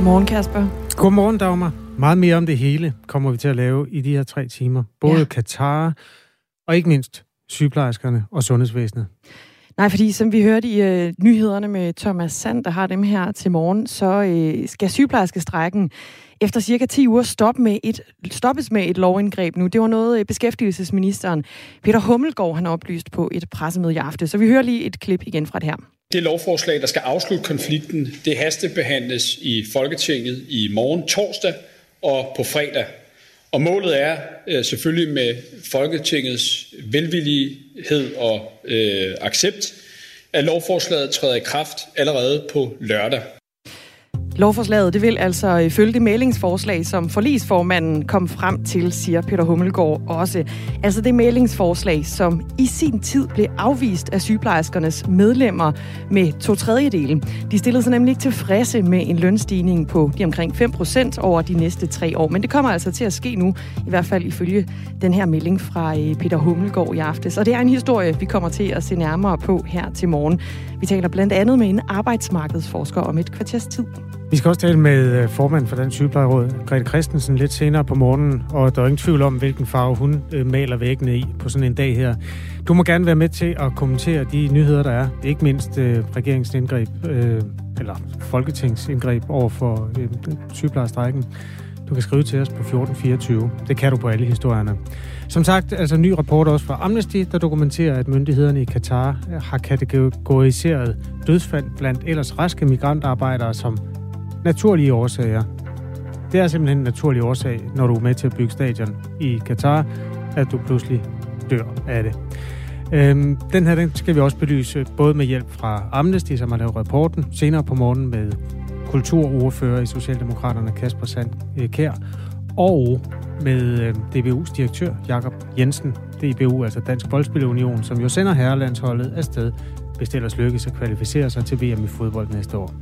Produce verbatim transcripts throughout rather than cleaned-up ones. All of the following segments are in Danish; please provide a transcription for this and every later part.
Godmorgen, Kasper. Godmorgen, Dagmar. Meget mere om det hele kommer vi til at lave i de her tre timer. Både ja. Katar og ikke mindst sygeplejerskerne og sundhedsvæsenet. Nej, fordi som vi hørte i øh, nyhederne med Thomas Sand, der har dem her til morgen, så øh, skal sygeplejerskestrækken efter cirka ti uger stoppe med et, stoppes med et lovindgreb nu. Det var noget, øh, beskæftigelsesministeren Peter Hummelgaard han oplyst på et pressemøde i aften. Så vi hører lige et klip igen fra det her. Det lovforslag, der skal afslutte konflikten, det hastebehandles i Folketinget i morgen torsdag og på fredag. Og målet er øh, selvfølgelig med Folketingets velvillighed og øh, accept, at lovforslaget træder i kraft allerede på lørdag. Lovforslaget det vil altså følge det mælingsforslag, som forligsformanden kom frem til, siger Peter Hummelgaard også. Altså det mælingsforslag, som i sin tid blev afvist af sygeplejerskernes medlemmer med to tredjedele. De stillede sig nemlig ikke tilfredse med en lønstigning på de omkring fem procent over de næste tre år. Men det kommer altså til at ske nu, i hvert fald ifølge den her melding fra Peter Hummelgaard i aftes. Og det er en historie, vi kommer til at se nærmere på her til morgen. Vi taler blandt andet med en arbejdsmarkedsforsker om et kvarters tid. Vi skal også tale med formanden for Dansk Sygeplejeråd, Grete Christensen, lidt senere på morgenen, og der er ingen tvivl om, hvilken farve hun maler væggene i på sådan en dag her. Du må gerne være med til at kommentere de nyheder, der er. Ikke mindst øh, regeringsindgreb, øh, eller folketingsindgreb over for øh, sygeplejerstrækken. Du kan skrive til os på fjorten fireogtyve. Det kan du på alle historierne. Som sagt, altså en ny rapport også fra Amnesty, der dokumenterer, at myndighederne i Katar har kategoriseret dødsfald blandt ellers raske migrantarbejdere som naturlige årsager. Det er simpelthen en naturlig årsag, når du er med til at bygge stadion i Katar, at du pludselig dør af det. Øhm, den her den skal vi også belyse både med hjælp fra Amnesty, som har lavet rapporten, senere på morgenen med kulturordfører i Socialdemokraterne Kasper Sand Kjær, og med øh, D B U's direktør Jakob Jensen. D B U, altså Dansk Boldspillerunion, som jo sender herrelandsholdet afsted, hvis det ellers lykkes at kvalificere sig til V M i fodbold næste år.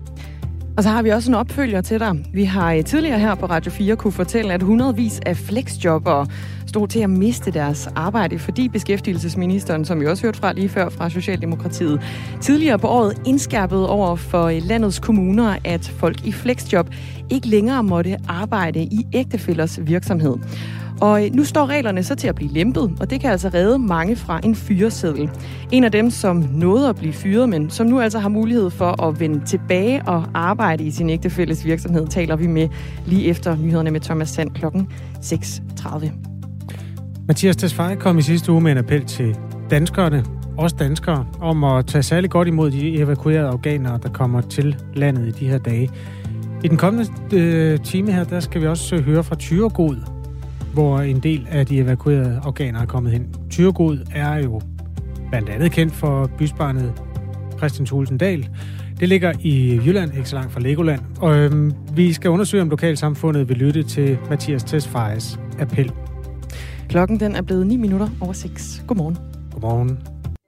Og så har vi også en opfølger til dig. Vi har tidligere her på Radio fire kunne fortælle, at hundredvis af flexjobbere stod til at miste deres arbejde, fordi beskæftigelsesministeren, som vi også hørte fra lige før fra Socialdemokratiet, tidligere på året indskærpede over for landets kommuner, at folk i flexjob ikke længere måtte arbejde i ægtefællers virksomhed. Og nu står reglerne så til at blive lempet, og det kan altså redde mange fra en fyreseddel. En af dem, som nåede at blive fyret, men som nu altså har mulighed for at vende tilbage og arbejde i sin ægtefælles virksomhed, taler vi med lige efter nyhederne med Thomas Sand klokken seks tredive. Mathias Tesfaye kom i sidste uge med en appel til danskerne, også danskere, om at tage særlig godt imod de evakuerede afghanere, der kommer til landet i de her dage. I den kommende øh, time her, der skal vi også høre fra Thyregod, hvor en del af de evakuerede afghanere er kommet hen. Thyregod er jo blandt andet kendt for bysbarnet Christian Thulesen Dahl. Det ligger i Jylland, ikke så langt fra Legoland. Og øhm, vi skal undersøge, om lokalsamfundet vil lytte til Mathias Tesfayes appel. Klokken den er blevet ni minutter over seks. Godmorgen. Godmorgen.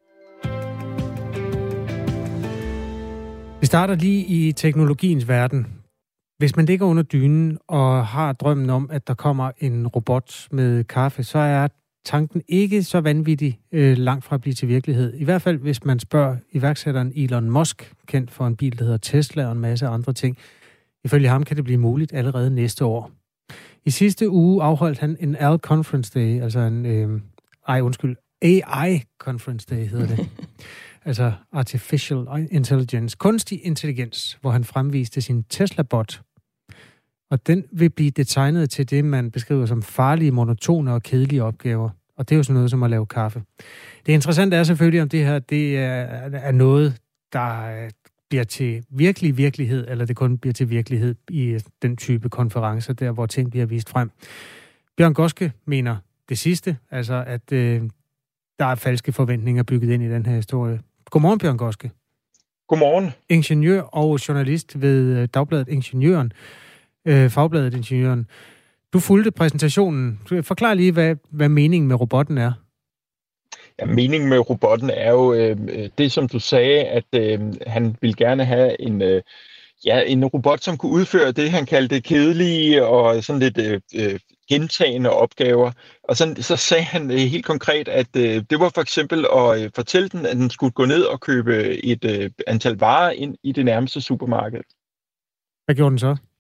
Vi starter lige i teknologiens verden. Hvis man ligger under dynen og har drømmen om, at der kommer en robot med kaffe, så er tanken ikke så vanvittig øh, langt fra at blive til virkelighed. I hvert fald, hvis man spørger iværksætteren Elon Musk, kendt for en bil, der hedder Tesla og en masse andre ting. Ifølge ham kan det blive muligt allerede næste år. I sidste uge afholdt han en A L Conference Day, altså en, øh, ej undskyld, A I Conference Day hedder det. Altså Artificial Intelligence, kunstig intelligens, hvor han fremviste sin Tesla-bot. Og den vil blive designet til det, man beskriver som farlige, monotone og kedelige opgaver. Og det er jo sådan noget som at lave kaffe. Det interessante er selvfølgelig, om det her det er, er noget, der bliver til virkelig virkelighed, eller det kun bliver til virkelighed i den type konferencer, der hvor ting bliver vist frem. Bjørn Goske mener det sidste, altså at øh, der er falske forventninger bygget ind i den her historie. Godmorgen, Bjørn Goske. Godmorgen. Ingeniør og journalist ved Dagbladet Ingeniøren. Øh, fagbladet Ingeniøren. Du fulgte præsentationen. Forklar lige, hvad, hvad meningen med robotten er. Ja, meningen med robotten er jo øh, det, som du sagde, at øh, han ville gerne have en, øh, ja, en robot, som kunne udføre det, han kaldte kedelige og sådan lidt øh, gentagende opgaver. Og så, så sagde han øh, helt konkret, at øh, det var for eksempel at øh, fortælle den, at den skulle gå ned og købe et øh, antal varer ind i det nærmeste supermarked. Hvad gjorde den så?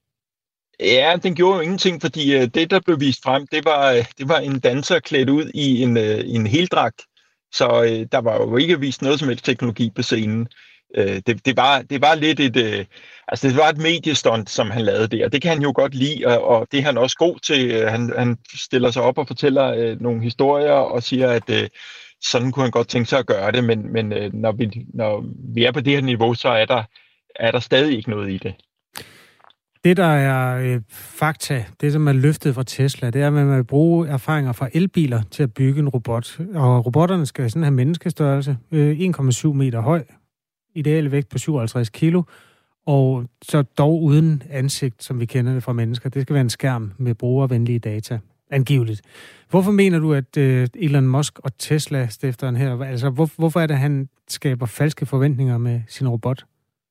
Ja, den gjorde jo ingenting, fordi øh, det, der blev vist frem, det var, øh, det var en danser klædt ud i en, øh, en heldragt. Så øh, der var jo ikke vist noget som helst teknologi på scenen. Øh, det, det, var, det var lidt et, øh, altså det var et mediestunt, som han lavede der. Det kan han jo godt lide, og, og det er han også god til. Han, han stiller sig op og fortæller øh, nogle historier og siger, at øh, sådan kunne han godt tænke sig at gøre det, men, men øh, når, vi, når vi er på det her niveau, så er der, er der stadig ikke noget i det. Det, der er øh, fakta, det som er løftet fra Tesla, det er, at man vil bruge erfaringer fra elbiler til at bygge en robot. Og robotterne skal sådan have menneskestørrelse, øh, en komma syv meter høj, ideal vægt på syvoghalvtreds kilo, og så dog uden ansigt, som vi kender det fra mennesker. Det skal være en skærm med brugervenlige data, angiveligt. Hvorfor mener du, at øh, Elon Musk og Tesla-stifteren her, altså hvor, hvorfor er det, at han skaber falske forventninger med sin robot?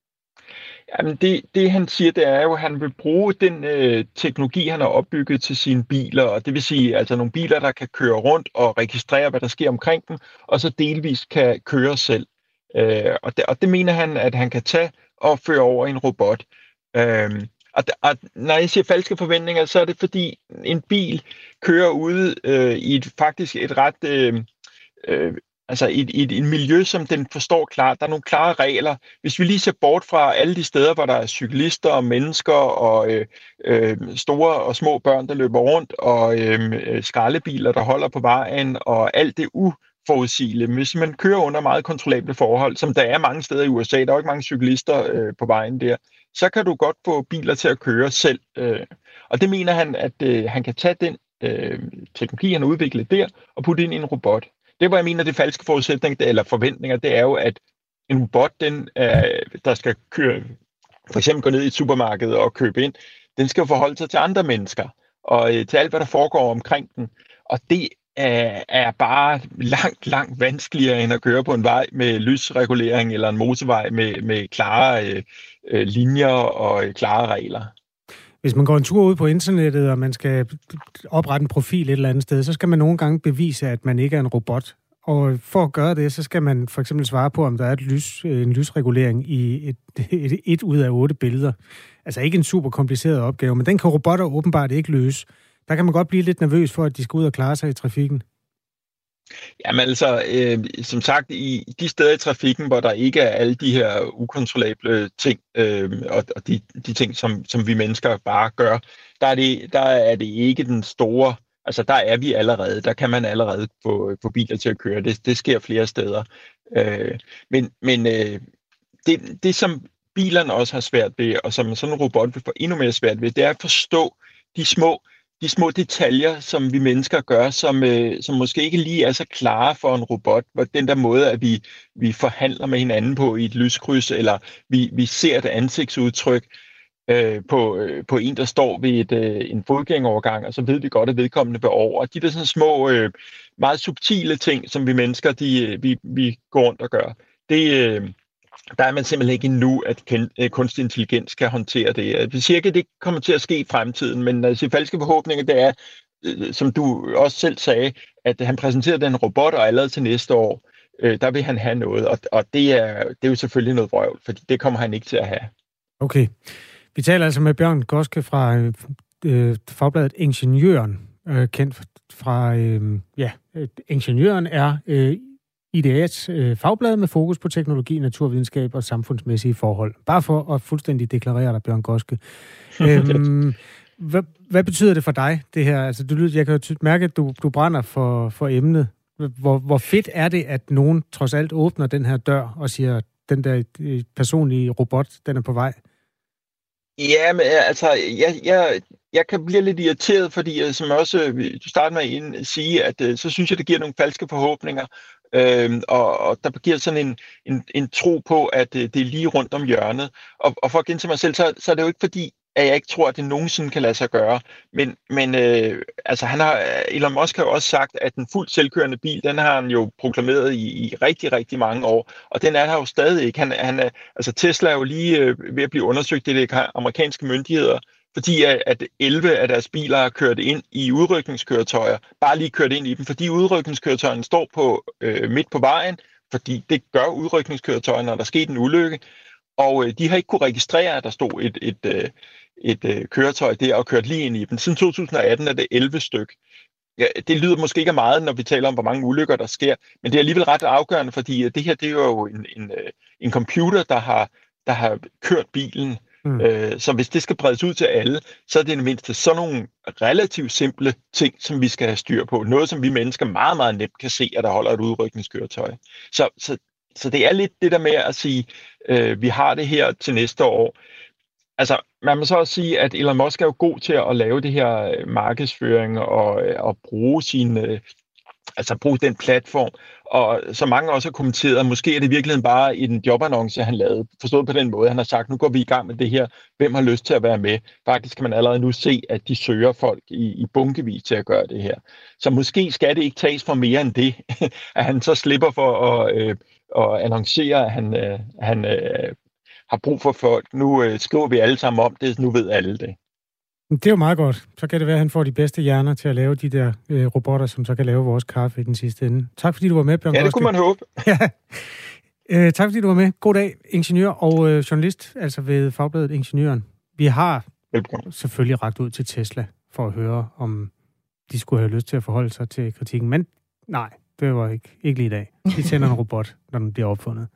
Jamen det, det han siger, det er jo, at han vil bruge den øh, teknologi, han har opbygget til sine biler, og det vil sige altså nogle biler, der kan køre rundt og registrere, hvad der sker omkring dem, og så delvis kan køre selv. Øh, og, det, og det mener han, at han kan tage og føre over en robot. Øh, og, og når jeg siger falske forventninger, så er det fordi en bil kører ude øh, i et faktisk et ret... Øh, øh, Altså i et, et, et miljø, som den forstår klart. Der er nogle klare regler. Hvis vi lige ser bort fra alle de steder, hvor der er cyklister og mennesker og øh, øh, store og små børn, der løber rundt, og øh, skraldebiler, der holder på vejen, og alt det uforudsigelige. Hvis man kører under meget kontrollable forhold, som der er mange steder i U S A, der er jo ikke mange cyklister øh, på vejen der, så kan du godt få biler til at køre selv. Øh. Og det mener han, at øh, han kan tage den øh, teknologi, han har udviklet der, og putte ind i en robot. Det, hvor jeg mener, det falske forudsætning, eller forventninger, det er jo, at en robot, den, øh, der skal køre, for eksempel gå ned i et supermarked og købe ind, den skal jo forholde sig til andre mennesker, og øh, til alt, hvad der foregår omkring den. Og det øh, er bare langt, langt vanskeligere, end at køre på en vej med lysregulering, eller en motorvej med, med klare øh, øh, linjer og øh, klare regler. Hvis man går en tur ud på internettet, og man skal oprette en profil et eller andet sted, så skal man nogle gange bevise, at man ikke er en robot. Og for at gøre det, så skal man for eksempel svare på, om der er et lys, en lysregulering i et, et, et ud af otte billeder. Altså ikke en super kompliceret opgave, men den kan robotter åbenbart ikke løse. Der kan man godt blive lidt nervøs for, at de skal ud og klare sig i trafikken. Jamen altså, øh, som sagt, i de steder i trafikken, hvor der ikke er alle de her ukontrollable ting, øh, og, og de, de ting, som, som vi mennesker bare gør, der er, det, der er det ikke den store, altså der er vi allerede, der kan man allerede få, få biler til at køre, det, det sker flere steder. Øh, men men øh, det, det, som bilerne også har svært ved, og som sådan en robot vil få endnu mere svært ved, det er at forstå de små De små detaljer, som vi mennesker gør, som, øh, som måske ikke lige er så klare for en robot. Den der måde, at vi, vi forhandler med hinanden på i et lyskryds, eller vi, vi ser et ansigtsudtryk øh, på, øh, på en, der står ved et, øh, en fodgængerovergang, og så ved vi godt, at vedkommende vil over. De der sådan små, øh, meget subtile ting, som vi mennesker, de, vi, vi går rundt og gør, det... Øh, Der er man simpelthen ikke endnu, at kunstig intelligens kan håndtere det. Vi siger ikke, at det kommer til at ske i fremtiden, men når jeg siger falske forhåbninger, det er, som du også selv sagde, at han præsenterer den robot, og allerede til næste år, der vil han have noget. Og det er, det er jo selvfølgelig noget vrøvl, for det kommer han ikke til at have. Okay. Vi taler altså med Bjørn Goske fra øh, fagbladet Ingeniøren, øh, kendt fra, øh, ja, Ingeniøren er... Øh, I D A's øh, fagblad med fokus på teknologi, naturvidenskab og samfundsmæssige forhold. Bare for at fuldstændig deklarere dig, Bjørn Goske. øhm, hvad, hvad betyder det for dig, det her? Altså, du, jeg kan jo mærke, at du, du brænder for, for emnet. Hvor, hvor fedt er det, at nogen trods alt åbner den her dør og siger, den der personlige robot, den er på vej? Ja, men altså, jeg, jeg, jeg kan blive lidt irriteret, fordi som også, du starter med at sige, at så synes jeg, det giver nogle falske forhåbninger. Øhm, og, og der giver sådan en, en, en tro på, at det, det er lige rundt om hjørnet. Og, og for at gentage mig selv, så, så er det jo ikke fordi, at jeg ikke tror, at det nogensinde kan lade sig gøre. Men, men øh, altså, han har, Elon Musk har jo også sagt, at den fuldt selvkørende bil, den har han jo proklameret i, i rigtig, rigtig mange år. Og den er der jo stadig ikke. Han, han er, altså Tesla er jo lige øh, ved at blive undersøgt i de amerikanske myndigheder, fordi at elleve af deres biler har kørt ind i udrykningskøretøjer, bare lige kørt ind i dem, fordi udrykningskøretøjerne står på øh, midt på vejen, fordi det gør udrykningskøretøjer, når der sker en ulykke, Og øh, de har ikke kunne registrere, at der stod et, et, et, et, et køretøj der og kørt lige ind i dem. Siden to tusind og atten er det elleve styk. Ja, det lyder måske ikke meget, når vi taler om, hvor mange ulykker der sker, men det er alligevel ret afgørende, fordi det her det er jo en, en, en computer, der har, der har kørt bilen. Mm. Øh, så hvis det skal bredes ud til alle, så er det mindste sådan nogle relativt simple ting, som vi skal have styr på. Noget, som vi mennesker meget, meget nemt kan se, at der holder et udrykningskøretøj. Så, så, så det er lidt det der med at sige, øh, vi har det her til næste år. Altså, man må så også sige, at Elon Musk er jo god til at lave det her markedsføring og, og bruge sin, altså bruge den platform. Og så mange også har kommenteret, at måske er det i virkeligheden bare en jobannonce, han lavede. Forstået på den måde, han har sagt, nu går vi i gang med det her. Hvem har lyst til at være med? Faktisk kan man allerede nu se, at de søger folk i, i bunkevis til at gøre det her. Så måske skal det ikke tages for mere end det, at han så slipper for at, øh, at annoncere, at han, øh, han øh, har brug for folk. Nu øh, skriver vi alle sammen om det, nu ved alle det. Det er jo meget godt. Så kan det være, at han får de bedste hjerner til at lave de der øh, robotter, som så kan lave vores kaffe i den sidste ende. Tak fordi du var med, Bjørn Ja, det kunne man håbe. ja. øh, tak fordi du var med. God dag, ingeniør og øh, journalist, altså ved Fagbladet Ingeniøren. Vi har Velkommen. selvfølgelig rakt ud til Tesla for at høre, om de skulle have lyst til at forholde sig til kritikken. Men nej, det var ikke, ikke lige i dag. De tænder en robot, når den bliver opfundet.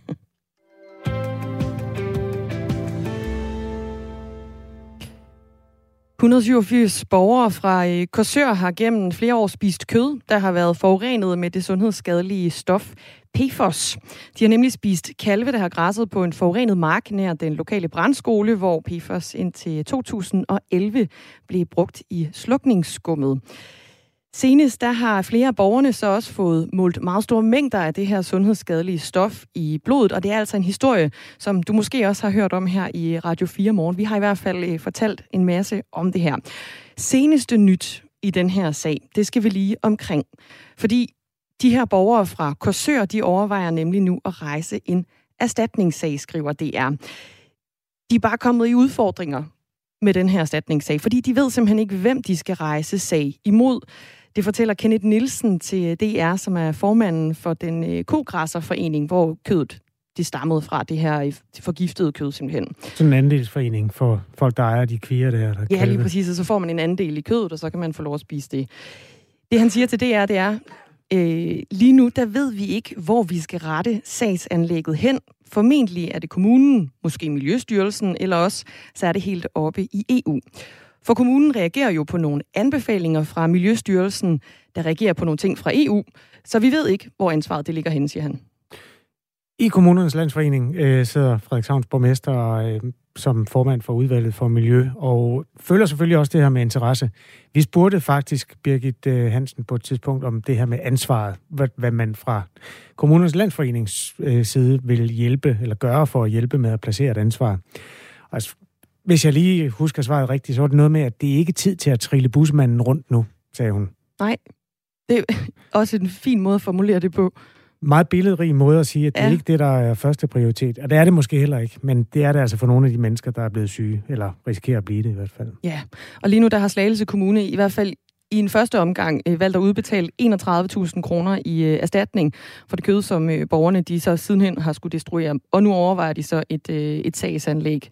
et hundrede og syvogfirs borgere fra Korsør har gennem flere år spist kød, der har været forurenet med det sundhedsskadelige stof P F O S. De har nemlig spist kalve, der har græsset på en forurenet mark nær den lokale brandskole, hvor P F O S indtil to tusind og elleve blev brugt i slukningsskummet. Senest der har flere af borgerne så også fået målt meget store mængder af det her sundhedsskadelige stof i blodet, og det er altså en historie, som du måske også har hørt om her i Radio fire Morgen. Vi har i hvert fald fortalt en masse om det her. Seneste nyt i den her sag, det skal vi lige omkring, fordi de her borgere fra Korsør, de overvejer nemlig nu at rejse en erstatningssag, skriver D R. De er bare kommet i udfordringer med den her erstatningssag, fordi de ved simpelthen ikke, hvem de skal rejse sag imod. Det fortæller Kenneth Nielsen til D R, som er formanden for den kogræsserforening, hvor kødet det stammede fra, det her forgiftede kød simpelthen. Sådan en andelsforening for folk, der ejer de kvier der. der ja, lige præcis, og så får man en andel i kødet, og så kan man få lov at spise det. Det han siger til D R, det er, øh, lige nu, der ved vi ikke, hvor vi skal rette sagsanlægget hen. Formentlig er det kommunen, måske Miljøstyrelsen, eller også så er det helt oppe i E U. For kommunen reagerer jo på nogle anbefalinger fra Miljøstyrelsen, der reagerer på nogle ting fra E U, så vi ved ikke, hvor ansvaret det ligger hen, siger han. I Kommunernes Landsforening øh, sidder Frederikshavns borgmester øh, som formand for udvalget for miljø, og følger selvfølgelig også det her med interesse. Vi spurgte faktisk Birgit øh, Hansen på et tidspunkt om det her med ansvaret, hvad, hvad man fra Kommunernes Landsforenings øh, side vil hjælpe, eller gøre for at hjælpe med at placere et ansvar. Altså, hvis jeg lige husker svaret rigtigt, så var det noget med, at det ikke er tid til at trille busmanden rundt nu, sagde hun. Nej, det er også en fin måde at formulere det på. Meget billedrig måde at sige, at det ja. er ikke det, der er første prioritet. Og det er det måske heller ikke, men det er det altså for nogle af de mennesker, der er blevet syge, eller risikerer at blive det i hvert fald. Ja, og lige nu der har Slagelse Kommune i hvert fald i en første omgang øh, valgt at udbetale enogtredive tusind kroner i øh, erstatning for det kød, som øh, borgerne de så sidenhen har skulle destruere. Og nu overvejer de så et, øh, et sagsanlæg.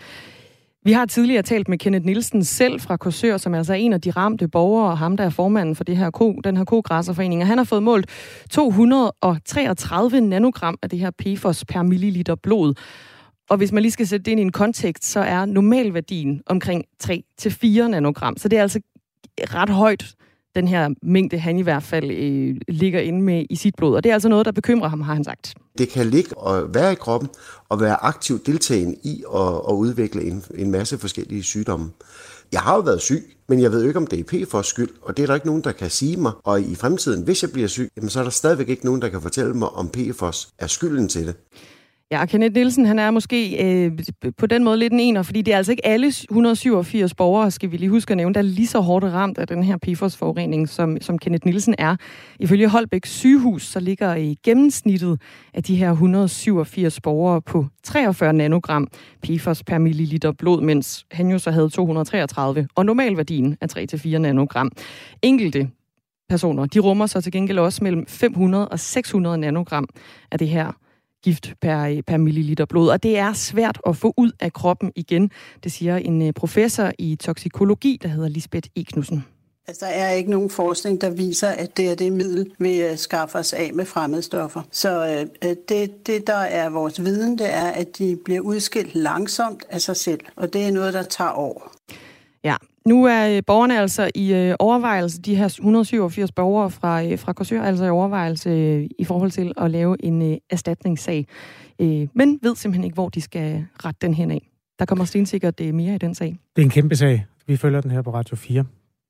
Vi har tidligere talt med Kenneth Nielsen selv fra Korsør, som er altså en af de ramte borgere, og ham, der er formanden for det her ko, den her kogræsserforening. Og han har fået målt to hundrede og treogtredive nanogram af det her P F O S per milliliter blod. Og hvis man lige skal sætte det ind i en kontekst, så er normalværdien omkring tre til fire nanogram. Så det er altså ret højt, den her mængde, han i hvert fald øh, ligger inde med i sit blod. Og det er altså noget, der bekymrer ham, har han sagt. Det kan ligge og være i kroppen og være aktivt deltagende i at, at udvikle en, en masse forskellige sygdomme. Jeg har jo været syg, men jeg ved jo ikke, om det er P F O S skyld, og det er der ikke nogen, der kan sige mig. Og i fremtiden, hvis jeg bliver syg, jamen, så er der stadigvæk ikke nogen, der kan fortælle mig, om P F O S er skylden til det. Ja, Kenneth Nielsen, han er måske øh, på den måde lidt en ener, fordi det er altså ikke alle et hundrede og syvogfirs borgere, skal vi lige huske at nævne, der er lige så hårdt ramt af den her P F O S-forurening, som, som Kenneth Nielsen er. Ifølge Holbæk sygehus, så ligger i gennemsnittet af de her et hundrede og syvogfirs borgere på treogfyrre nanogram P F O S per milliliter blod, mens han jo så havde to hundrede og treogtredive, og normalværdien er tre til fire nanogram. Enkelte personer, de rummer så til gengæld også mellem fem hundrede og seks hundrede nanogram af det her gift per, per milliliter blod. Og det er svært at få ud af kroppen igen, det siger en professor i toksikologi, der hedder Lisbeth E. Knudsen. Altså, der er ikke nogen forskning, der viser, at det er det middel, vi skaffer os af med fremmedstoffer. Så øh, det, det, der er vores viden, det er, at de bliver udskilt langsomt af sig selv. Og det er noget, der tager år. Ja, nu er borgerne altså i øh, overvejelse, de her et hundrede og syvogfirs borgere fra, øh, fra Korsør, altså i overvejelse øh, i forhold til at lave en øh, erstatningssag. Øh, men ved simpelthen ikke, hvor de skal rette den hen af. Der kommer stensikkert øh, mere i den sag. Det er en kæmpe sag. Vi følger den her på Radio fire.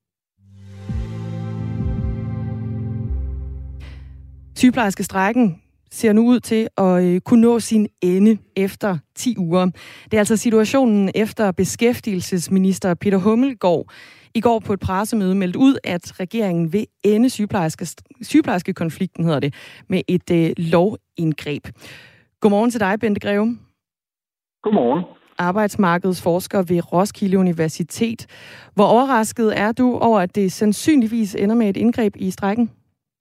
Sygeplejerskestrækken ser nu ud til at øh, kunne nå sin ende efter ti uger. Det er altså situationen efter beskæftigelsesminister Peter Hummelgaard i går på et pressemøde meldte ud, at regeringen vil ende sygeplejerske, sygeplejerskekonflikten, hedder det, med et øh, lovindgreb. Godmorgen til dig, Bente Greve. Godmorgen. Arbejdsmarkedsforsker ved Roskilde Universitet. Hvor overrasket er du over, at det sandsynligvis ender med et indgreb i strejken?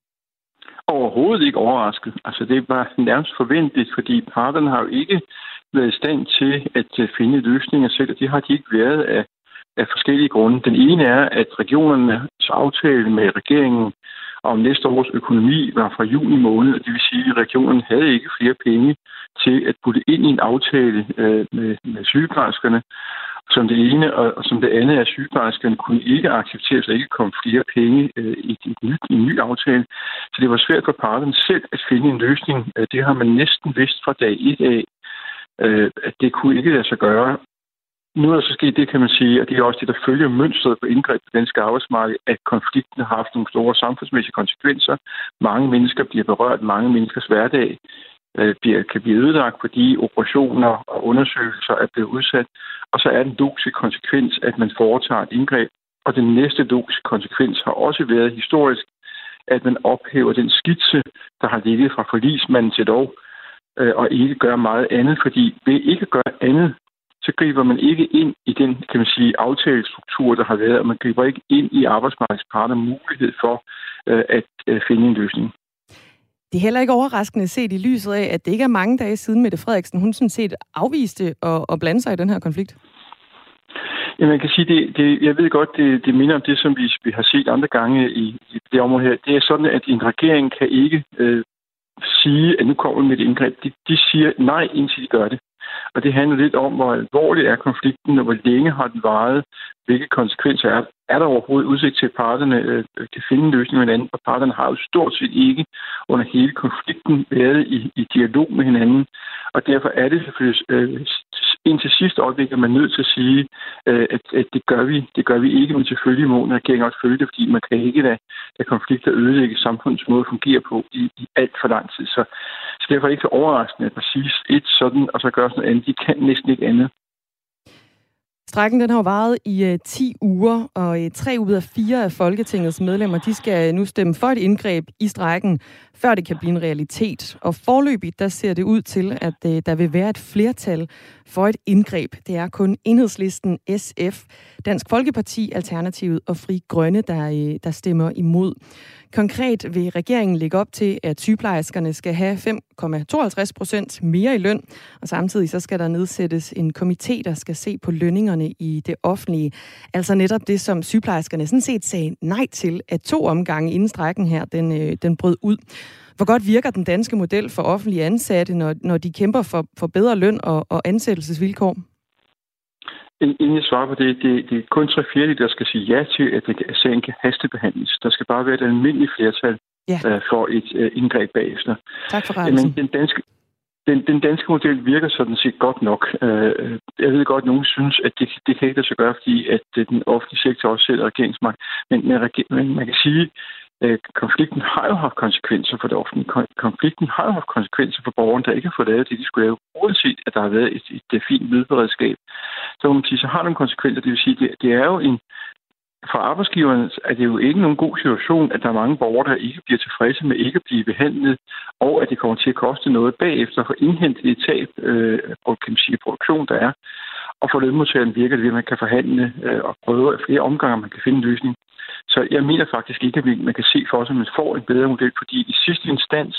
Overhovedet ikke overrasket. Altså, det var nærmest forventeligt, fordi parterne har jo ikke været i stand til at finde løsninger selv, og det har de ikke været af, af forskellige grunde. Den ene er, at regionernes aftale med regeringen om næste års økonomi var fra juni måned, og det vil sige, at regionerne havde ikke flere penge til at putte ind i en aftale øh, med, med sygeplejerskerne. Som det ene, og, og som det andet er, at sygeplejerskerne kunne ikke acceptere, så ikke kom flere penge øh, i, et nyt, i en ny aftale. Så det var svært for parterne selv at finde en løsning. Det har man næsten vidst fra dag et af, øh, at det kunne ikke lade sig gøre. Nu er der så sket det, kan man sige, og det er også det, der følger mønstret på indgreb på dansk arbejdsmarked, at konflikten har haft nogle store samfundsmæssige konsekvenser. Mange mennesker bliver berørt, mange menneskers hverdag bliver, kan blive ødelagt, fordi operationer og undersøgelser er blevet udsat. Og så er den logiske konsekvens, at man foretager et indgreb. Og den næste logiske konsekvens har også været historisk, at man ophæver den skitse, der har ligget fra forligsmanden til lov, og ikke gør meget andet, fordi ved ikke at gøre andet, så griber man ikke ind i den, kan man sige, aftalestruktur, der har været, og man griber ikke ind i arbejdsmarkedspartner mulighed for øh, at øh, finde en løsning. Det er heller ikke overraskende set i lyset af, at det ikke er mange dage siden Mette Frederiksen, hun sådan set afviste at, at blande sig i den her konflikt. Ja, man kan sige, det, det, jeg ved godt, det, det minder om det, som vi, vi har set andre gange i, i det område her. Det er sådan, at en regering kan ikke øh, sige, at nu kommer med et indgreb. De, de siger nej, indtil de gør det. Og det handler lidt om, hvor alvorlig er konflikten, og hvor længe har den varet, hvilke konsekvenser er. Er der overhovedet udsigt til, at parterne øh, kan finde en løsning med hinanden? Og parterne har jo stort set ikke under hele konflikten været i, i dialog med hinanden. Og derfor er det selvfølgelig øh, indtil sidste øjeblik, at man er nødt til at sige, øh, at, at det gør vi. Det gør vi ikke, men selvfølgelig må en regering også følge det, fordi man kan ikke lade, lade konflikter ødelægge samfundets måde at fungere på i, i alt for lang tid. Så, så derfor er det ikke så overraskende, at præcis et sådan, og så gør sådan noget andet. De kan næsten ikke andet. Strejken den har jo varet i øh, ti uger, og øh, tre ud af fire af Folketingets medlemmer, de skal nu stemme for et indgreb i strejken, før det kan blive en realitet. Og forløbigt, der ser det ud til, at øh, der vil være et flertal for et indgreb. Det er kun Enhedslisten, S F, Dansk Folkeparti, Alternativet og Fri Grønne, der, øh, der stemmer imod. Konkret vil regeringen lægge op til, at sygeplejerskerne skal have fem komma tooghalvtreds procent mere i løn, og samtidig så skal der nedsættes en komité, der skal se på lønningerne i det offentlige. Altså netop det, som sygeplejerskerne sådan set sagde nej til, at to omgange inden strejken her, den, øh, den brød ud. Hvor godt virker den danske model for offentlige ansatte, når, når de kæmper for, for bedre løn og, og ansættelsesvilkår? Inden jeg svarer på det, det, det er kun tre fjerdedele, der skal sige ja til, at sagen kan hastebehandles. Der skal bare være et almindeligt flertal ja. uh, for et uh, indgreb bagefter. Tak for rettelsen. Men den danske, den, den danske model virker sådan set godt nok. Uh, jeg ved godt, at nogen synes, at det, det kan ikke lade sig gøre, fordi at den offentlige sektor også selv er regeringsmagt. Men, men, men man kan sige, at konflikten har jo haft konsekvenser for det offentlige. Konflikten har jo haft konsekvenser for borgerne, der ikke har fået lavet det, de skulle lave, uanset at der har været et, et, et fint lydberedskab. Så må man sige, så har det konsekvenser. Det vil sige, det, det er jo en... For arbejdsgiverne er det jo ikke nogen god situation, at der er mange borgere, der ikke bliver tilfredse med ikke at blive behandlet, og at det kommer til at koste noget bagefter for indhentet det tab, øh, kan man sige, produktion, der er. Og for lønmodtageren virker det, at man kan forhandle øh, og prøve af flere omgange, man kan finde en løsning. Så jeg mener faktisk ikke, at man kan se for sig, at man får en bedre model, fordi i sidste instans,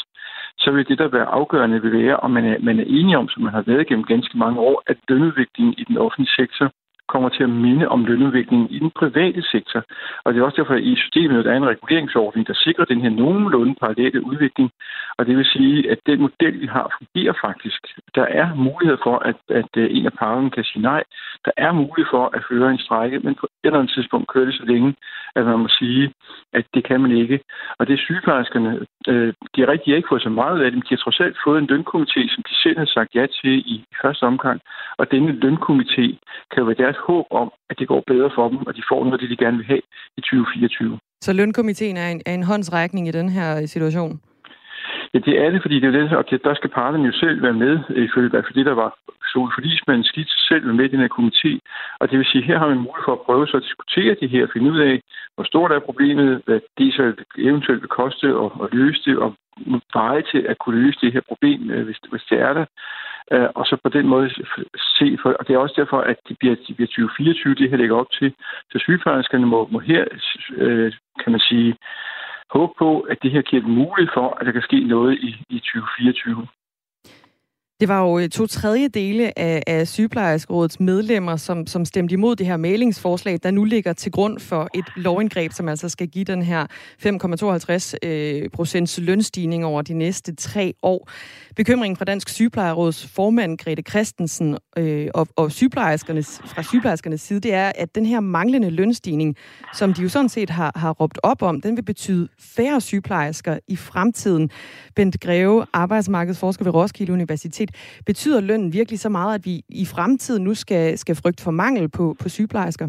så vil det, der være afgørende, vil være, om man er, man er enige om, som man har været gennem ganske mange år, at lønudviklingen i den offentlige sektor kommer til at minde om lønudviklingen i den private sektor. Og det er også derfor, at i systemet der er en reguleringsordning, der sikrer den her nogenlunde parallelle udvikling. Og det vil sige, at den model, vi har, fungerer faktisk. Der er mulighed for, at, at en af parterne kan sige nej. Der er mulighed for at føre en strejke, men på et eller andet tidspunkt kører det så længe, at man må sige, at det kan man ikke. Og det er sygeplejerskerne. Øh, de har rigtig ikke fået så meget af dem. De har trods alt fået en lønkomité, som de selv har sagt ja til i første omgang. Og denne lønkomité kan jo være deres håb om, at det går bedre for dem, og de får noget af det, de gerne vil have i tyve fireogtyve. Så lønkomiteen er en, er en håndsrækning i den her situation? Ja, det er det, fordi det er det, og der skal parterne jo selv være med, ifølge hvert fald det, der var så forligsmanden skidt selv være med i den her komité. Og det vil sige, her har man mulighed for at prøve så at diskutere det her, finde ud af, hvor stort er problemet, hvad det så eventuelt vil koste og, og løse det, og veje til at kunne løse det her problem, hvis, hvis det er der. Uh, og så på den måde se, for, og det er også derfor, at de bliver, de bliver tyve fireogtyve, det her lægger op til. Så sygeplejerskerne må, må her, uh, kan man sige, håbe på, at det her giver mulighed for, at der kan ske noget i, i tyve fireogtyve. Det var jo to tredjedele af, af sygeplejerskerådets medlemmer, som, som stemte imod det her mæglingsforslag, der nu ligger til grund for et lovindgreb, som altså skal give den her fem komma tooghalvtreds procents lønstigning over de næste tre år. Bekymringen fra Dansk Sygeplejeråds formand, Grete Christensen, øh, og, og sygeplejerskernes, fra sygeplejerskernes side, det er, at den her manglende lønstigning, som de jo sådan set har, har råbt op om, den vil betyde færre sygeplejersker i fremtiden. Bent Greve, arbejdsmarkedsforsker ved Roskilde Universitet. Betyder lønnen virkelig så meget, at vi i fremtiden nu skal, skal frygte for mangel på, på sygeplejersker?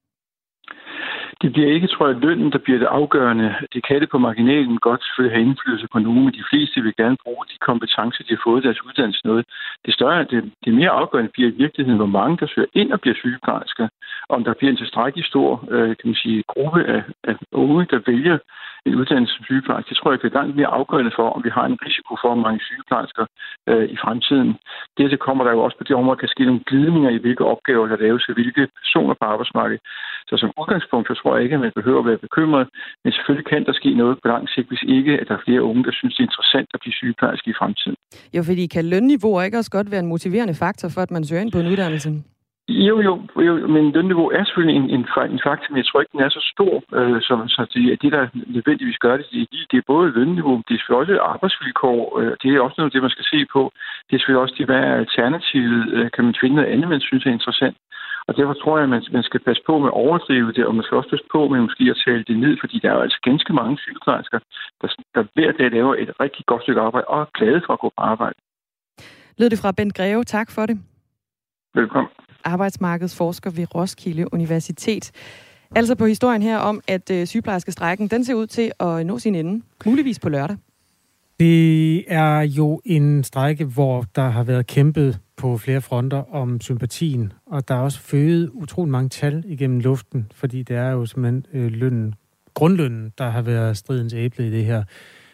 Det bliver ikke, tror jeg, lønnen, der bliver det afgørende. Det kan det på marginalen godt selvfølgelig have indflydelse på nogen, men de fleste vil gerne bruge de kompetencer, de har fået deres uddannelse noget. Det større, det, det mere afgørende bliver i virkeligheden, hvor mange der søger ind og bliver sygeplejersker. Om der bliver en tilstrækkelig stor, kan man sige, gruppe af, af unge, der vælger en uddannelse som sygeplejerske. Det tror jeg, det er langt mere afgørende for, om vi har en risiko for mange sygeplejersker øh, i fremtiden. Det kommer der jo også på det område, kan ske nogle glidninger i, hvilke opgaver der laves af hvilke personer på arbejdsmarkedet. Så som udgangspunkt, så tror jeg ikke, at man behøver at være bekymret. Men selvfølgelig kan der ske noget på lang sigt, hvis ikke, at der er flere unge, der synes, det er interessant at blive sygeplejerske i fremtiden. Jo, fordi kan lønniveauer ikke også godt være en motiverende faktor for, at man søger ind på en uddannelse? Jo, jo, jo, men lønniveau er selvfølgelig en, en, en faktor, men jeg tror ikke, den er så stor, øh, som så det, det, der nødvendigvis gør det. Det, det er både lønniveau, det er selvfølgelig også arbejdsvilkår, øh, det er også noget, det man skal se på. Det er selvfølgelig også det, hvad er alternativet, øh, kan man finde noget andet, man synes er interessant. Og derfor tror jeg, at man, man skal passe på med at overdrive det, og man skal også passe på med måske at tale det ned, fordi der er jo altså ganske mange sygeplejersker, der, der hver dag laver et rigtig godt stykke arbejde, og er glade for at gå på arbejde. Lød det fra Bent Greve. Tak for det. Velkommen. Arbejdsmarkedsforsker ved Roskilde Universitet. Altså på historien her om, at øh, sygeplejerskestrækken, den ser ud til at nå sin ende, muligvis på lørdag. Det er jo en strejke, hvor der har været kæmpet på flere fronter om sympatien, og der er også føget utrolig mange tal igennem luften, fordi det er jo simpelthen øh, lønnen, grundlønnen, der har været stridens æble i det her.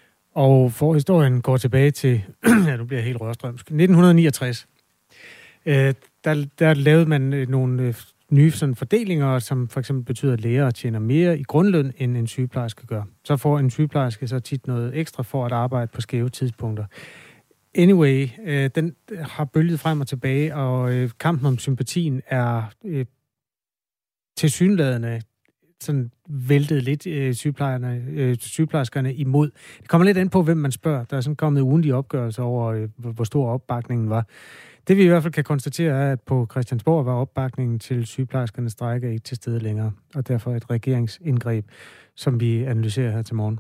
Og for historien går tilbage til, ja, nu bliver jeg helt rørstrømsk, nitten niogtres. Øh, der, der lavede man øh, nogle øh, nye sådan, fordelinger, som for eksempel betyder, at læger tjener mere i grundløn, end en sygeplejerske gør. Så får en sygeplejerske så tit noget ekstra for at arbejde på skæve tidspunkter. Anyway, øh, den har bølget frem og tilbage, og øh, kampen om sympatien er øh, tilsyneladende sådan væltet lidt øh, sygeplejerne, øh, sygeplejerskerne imod. Det kommer lidt an på, hvem man spørger. Der er sådan kommet ugentlige opgørelser over, øh, hvor stor opbakningen var. Det vi i hvert fald kan konstatere er, at på Christiansborg var opbakningen til sygeplejerskernes strejke ikke til stede længere, og derfor et regeringsindgreb, som vi analyserer her til morgen.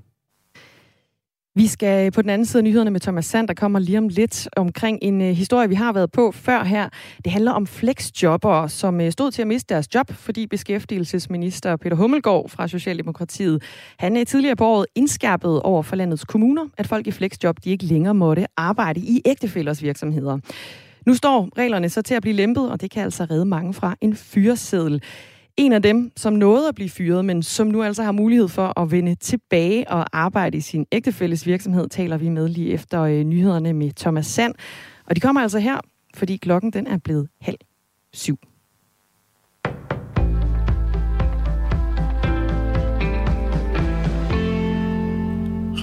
Vi skal på den anden side af nyhederne med Thomas Sand, der kommer lige om lidt omkring en uh, historie, vi har været på før her. Det handler om flexjobbere, som uh, stod til at miste deres job, fordi beskæftigelsesminister Peter Hummelgaard fra Socialdemokratiet, han uh, tidligere på året indskærpede over for landets kommuner, at folk i flexjob, de ikke længere måtte arbejde i ægtefællers virksomheder. Nu står reglerne så til at blive lempet, og det kan altså redde mange fra en fyreseddel. En af dem, som nåede at blive fyret, men som nu altså har mulighed for at vende tilbage og arbejde i sin ægtefælles virksomhed, taler vi med lige efter øh, nyhederne med Thomas Sand. Og de kommer altså her, fordi klokken den er blevet halv syv.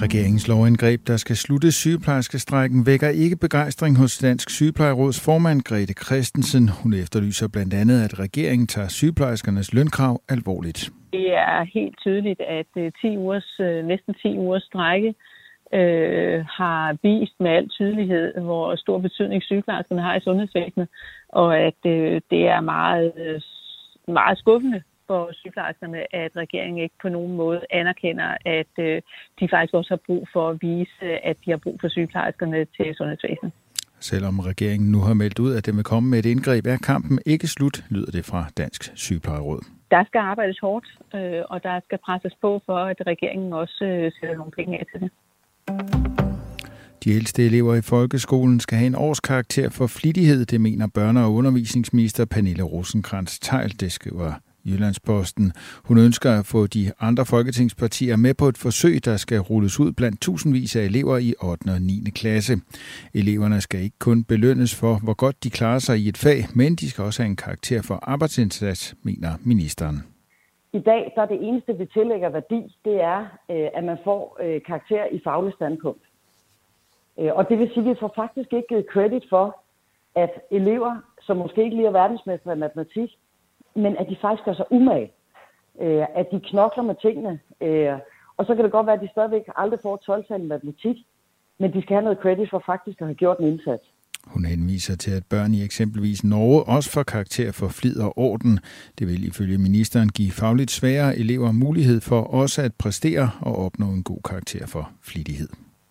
Regeringens lovindgreb, der skal slutte sygeplejerskestrækken, vækker ikke begejstring hos Dansk Sygeplejeråds formand Grete Christensen. Hun efterlyser blandt andet, at regeringen tager sygeplejerskernes lønkrav alvorligt. Det er helt tydeligt, at ti ugers, næsten ti ugers strække øh, har vist med al tydelighed, hvor stor betydning sygeplejerskerne har i sundhedsvæsenet, og at øh, det er meget, meget skuffende for sygeplejerskerne, at regeringen ikke på nogen måde anerkender, at øh, de faktisk også har brug for at vise, at de har brug for sygeplejerskerne til sundhedsvæsenet. Selvom regeringen nu har meldt ud, at det vil komme med et indgreb, er kampen ikke slut, lyder det fra Dansk Sygeplejeråd. Der skal arbejdes hårdt, øh, og der skal presses på for, at regeringen også øh, sætter nogle penge af til det. De ældste elever i folkeskolen skal have en årskarakter for flittighed, det mener børne- og undervisningsminister Pernille Rosenkrantz-Theil, det skriver Jyllandsposten. Hun ønsker at få de andre folketingspartier med på et forsøg, der skal rulles ud blandt tusindvis af elever i ottende og niende klasse. Eleverne skal ikke kun belønnes for, hvor godt de klarer sig i et fag, men de skal også have en karakter for arbejdsindsats, mener ministeren. I dag der er det eneste, vi tillægger værdi, det er, at man får karakter i faglig standpunkt. Og det vil sige, at vi får faktisk ikke givet credit for, at elever, som måske ikke lige er verdensmestre i matematik, men at de faktisk gør sig umage, øh, at de knokler med tingene. Øh, og så kan det godt være, at de stadigvæk aldrig får tolv-tal i matematik, men de skal have noget credit for faktisk at have gjort en indsats. Hun henviser til, at børn i eksempelvis Norge også får karakter for flid og orden. Det vil ifølge ministeren give fagligt svære elever mulighed for også at præstere og opnå en god karakter for flittighed.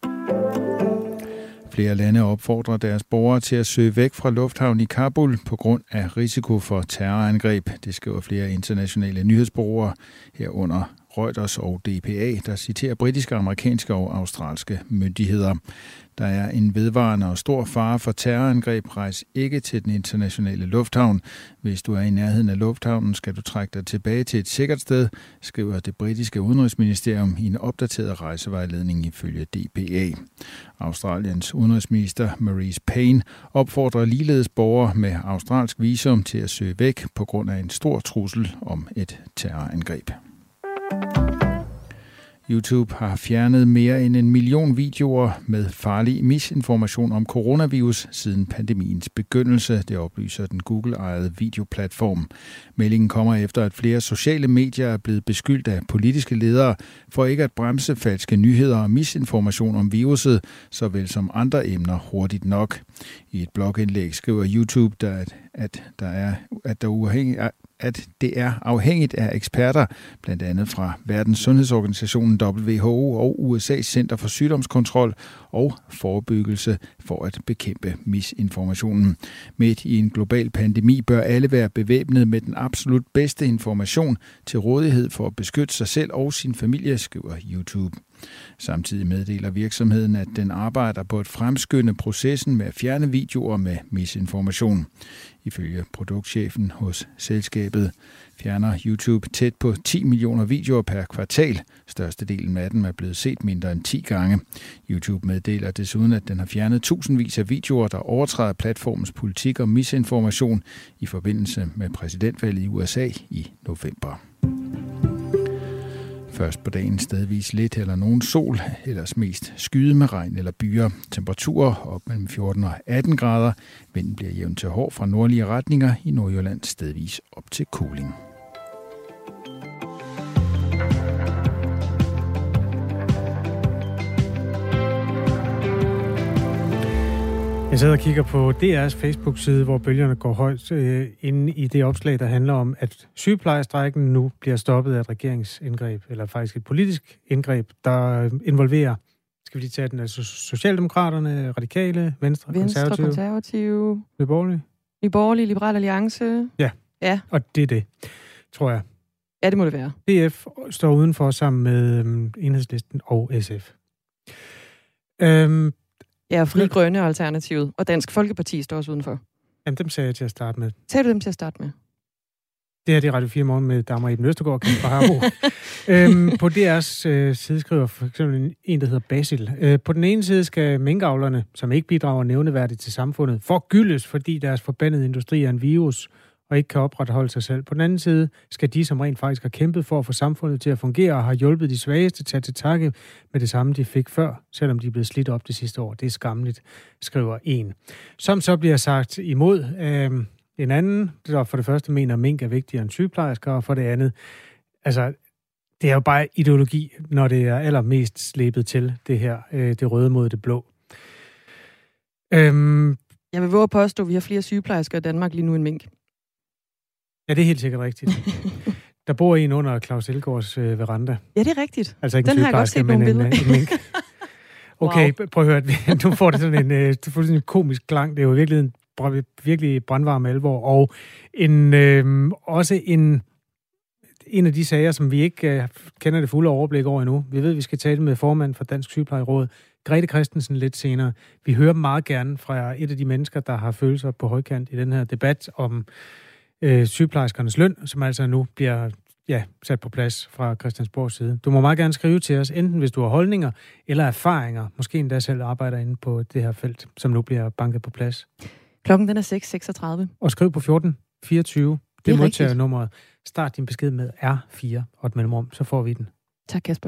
Flere lande opfordrer deres borgere til at søge væk fra lufthavnen i Kabul på grund af risiko for terrorangreb. Det skriver flere internationale nyhedsbureauer herunder Reuters og D P A, der citerer britiske, amerikanske og australske myndigheder. Der er en vedvarende og stor fare for terrorangreb. Rejs ikke til den internationale lufthavn. Hvis du er i nærheden af lufthavnen, skal du trække dig tilbage til et sikkert sted, skriver det britiske udenrigsministerium i en opdateret rejsevejledning ifølge D P A. Australiens udenrigsminister Marise Payne opfordrer ligeledes borgere med australsk visum til at søge væk på grund af en stor trussel om et terrorangreb. YouTube har fjernet mere end en million videoer med farlig misinformation om coronavirus siden pandemiens begyndelse, det oplyser den Google-ejede videoplatform. Meldingen kommer efter, at flere sociale medier er blevet beskyldt af politiske ledere for ikke at bremse falske nyheder og misinformation om viruset, såvel som andre emner hurtigt nok. I et blogindlæg skriver YouTube, der, at, der er, at, der uafhængig, at det er afhængigt af eksperter, blandt andet fra Verdens Sundhedsorganisationen W H O og U S A's Center for Sygdomskontrol og Forebyggelse for at bekæmpe misinformationen. Midt i en global pandemi bør alle være bevæbnet med den absolut bedste information til rådighed for at beskytte sig selv og sin familie, skriver YouTube. Samtidig meddeler virksomheden, at den arbejder på at fremskynde processen med at fjerne videoer med misinformation. Ifølge produktchefen hos selskabet fjerner YouTube tæt på ti millioner videoer per kvartal. Størstedelen af dem er blevet set mindre end ti gange. YouTube meddeler desuden, at den har fjernet tusindvis af videoer, der overtræder platformens politik om misinformation i forbindelse med præsidentvalget i U S A i november. Først på dagen stedvis lidt eller nogen sol, ellers mest skyde med regn eller byer. Temperaturer op mellem fjorten og atten grader. Vinden bliver jævn til hård fra nordlige retninger, i Nordjylland stedvis op til kuling. Jeg sidder og kigger på D R's Facebook-side, hvor bølgerne går højt øh, inde i det opslag, der handler om, at sygeplejerstrækken nu bliver stoppet af et regeringsindgreb, eller faktisk et politisk indgreb, der involverer, skal vi lige tage den, altså Socialdemokraterne, Radikale, Venstre, Venstre Konservative, Konservative, Nye Borgerlige. Nye Borgerlige, Liberal Alliance. Ja. ja, og det er det, tror jeg. Ja, det må det være. D F står udenfor sammen med øhm, Enhedslisten og S F. Øhm, Ja, og Fri Grønne og Alternativet. Og Dansk Folkeparti står også udenfor. Jamen, dem sagde jeg til at starte med. Sagde du dem til at starte med? Det her det er Radio fire Morgen med Dagmar Eben Østergaard og Kasper Harbo. øhm, på D R's øh, side skriver for eksempel en, der hedder Basil. Øh, på den ene side skal minkavlerne, som ikke bidrager nævneværdigt til samfundet, forgyldes, fordi deres forbandede industri er en virus og ikke kan opretholde sig selv. På den anden side skal de, som rent faktisk har kæmpet for at få samfundet til at fungere og har hjulpet de svageste, tage til takke med det samme, de fik før, selvom de er blevet slidt op det sidste år. Det er skamligt, skriver en. Som så bliver sagt imod øh, en anden, der for det første mener, at mink er vigtigere end sygeplejersker, og for det andet, altså, det er jo bare ideologi, når det er allermest slæbet til, det her, øh, det røde mod det blå. Øhm, Jeg vil våge at påstå, at vi har flere sygeplejersker i Danmark lige nu end mink. Ja, det er helt sikkert rigtigt. Der bor en under Claus Elgaards øh, veranda. Ja, det er rigtigt. Altså ikke Den en har jeg godt set men nogle en, billeder. en mink. Okay, Wow. prøv at høre. Nu får det sådan en, øh, du får sådan en komisk klang. Det er jo virkelig en virkelig brandvarm alvor. Og en, øh, også en, en af de sager, som vi ikke øh, kender det fulde overblik over endnu. Vi ved, at vi skal tale med formand for Dansk Sygeplejeråd, Grete Christensen, lidt senere. Vi hører meget gerne fra et af de mennesker, der har følelser på højkant i den her debat om øh, sygeplejerskernes løn, som altså nu bliver ja, sat på plads fra Christiansborgs side. Du må meget gerne skrive til os, enten hvis du har holdninger eller erfaringer, måske endda selv arbejder inde på det her felt, som nu bliver banket på plads. Klokken den er seks seksogtredive. Og skriv på fjorten fireogtyve. Det, Det er er modtagernummeret. Start din besked med R fire og et mellemrum, så får vi den. Tak, Kasper.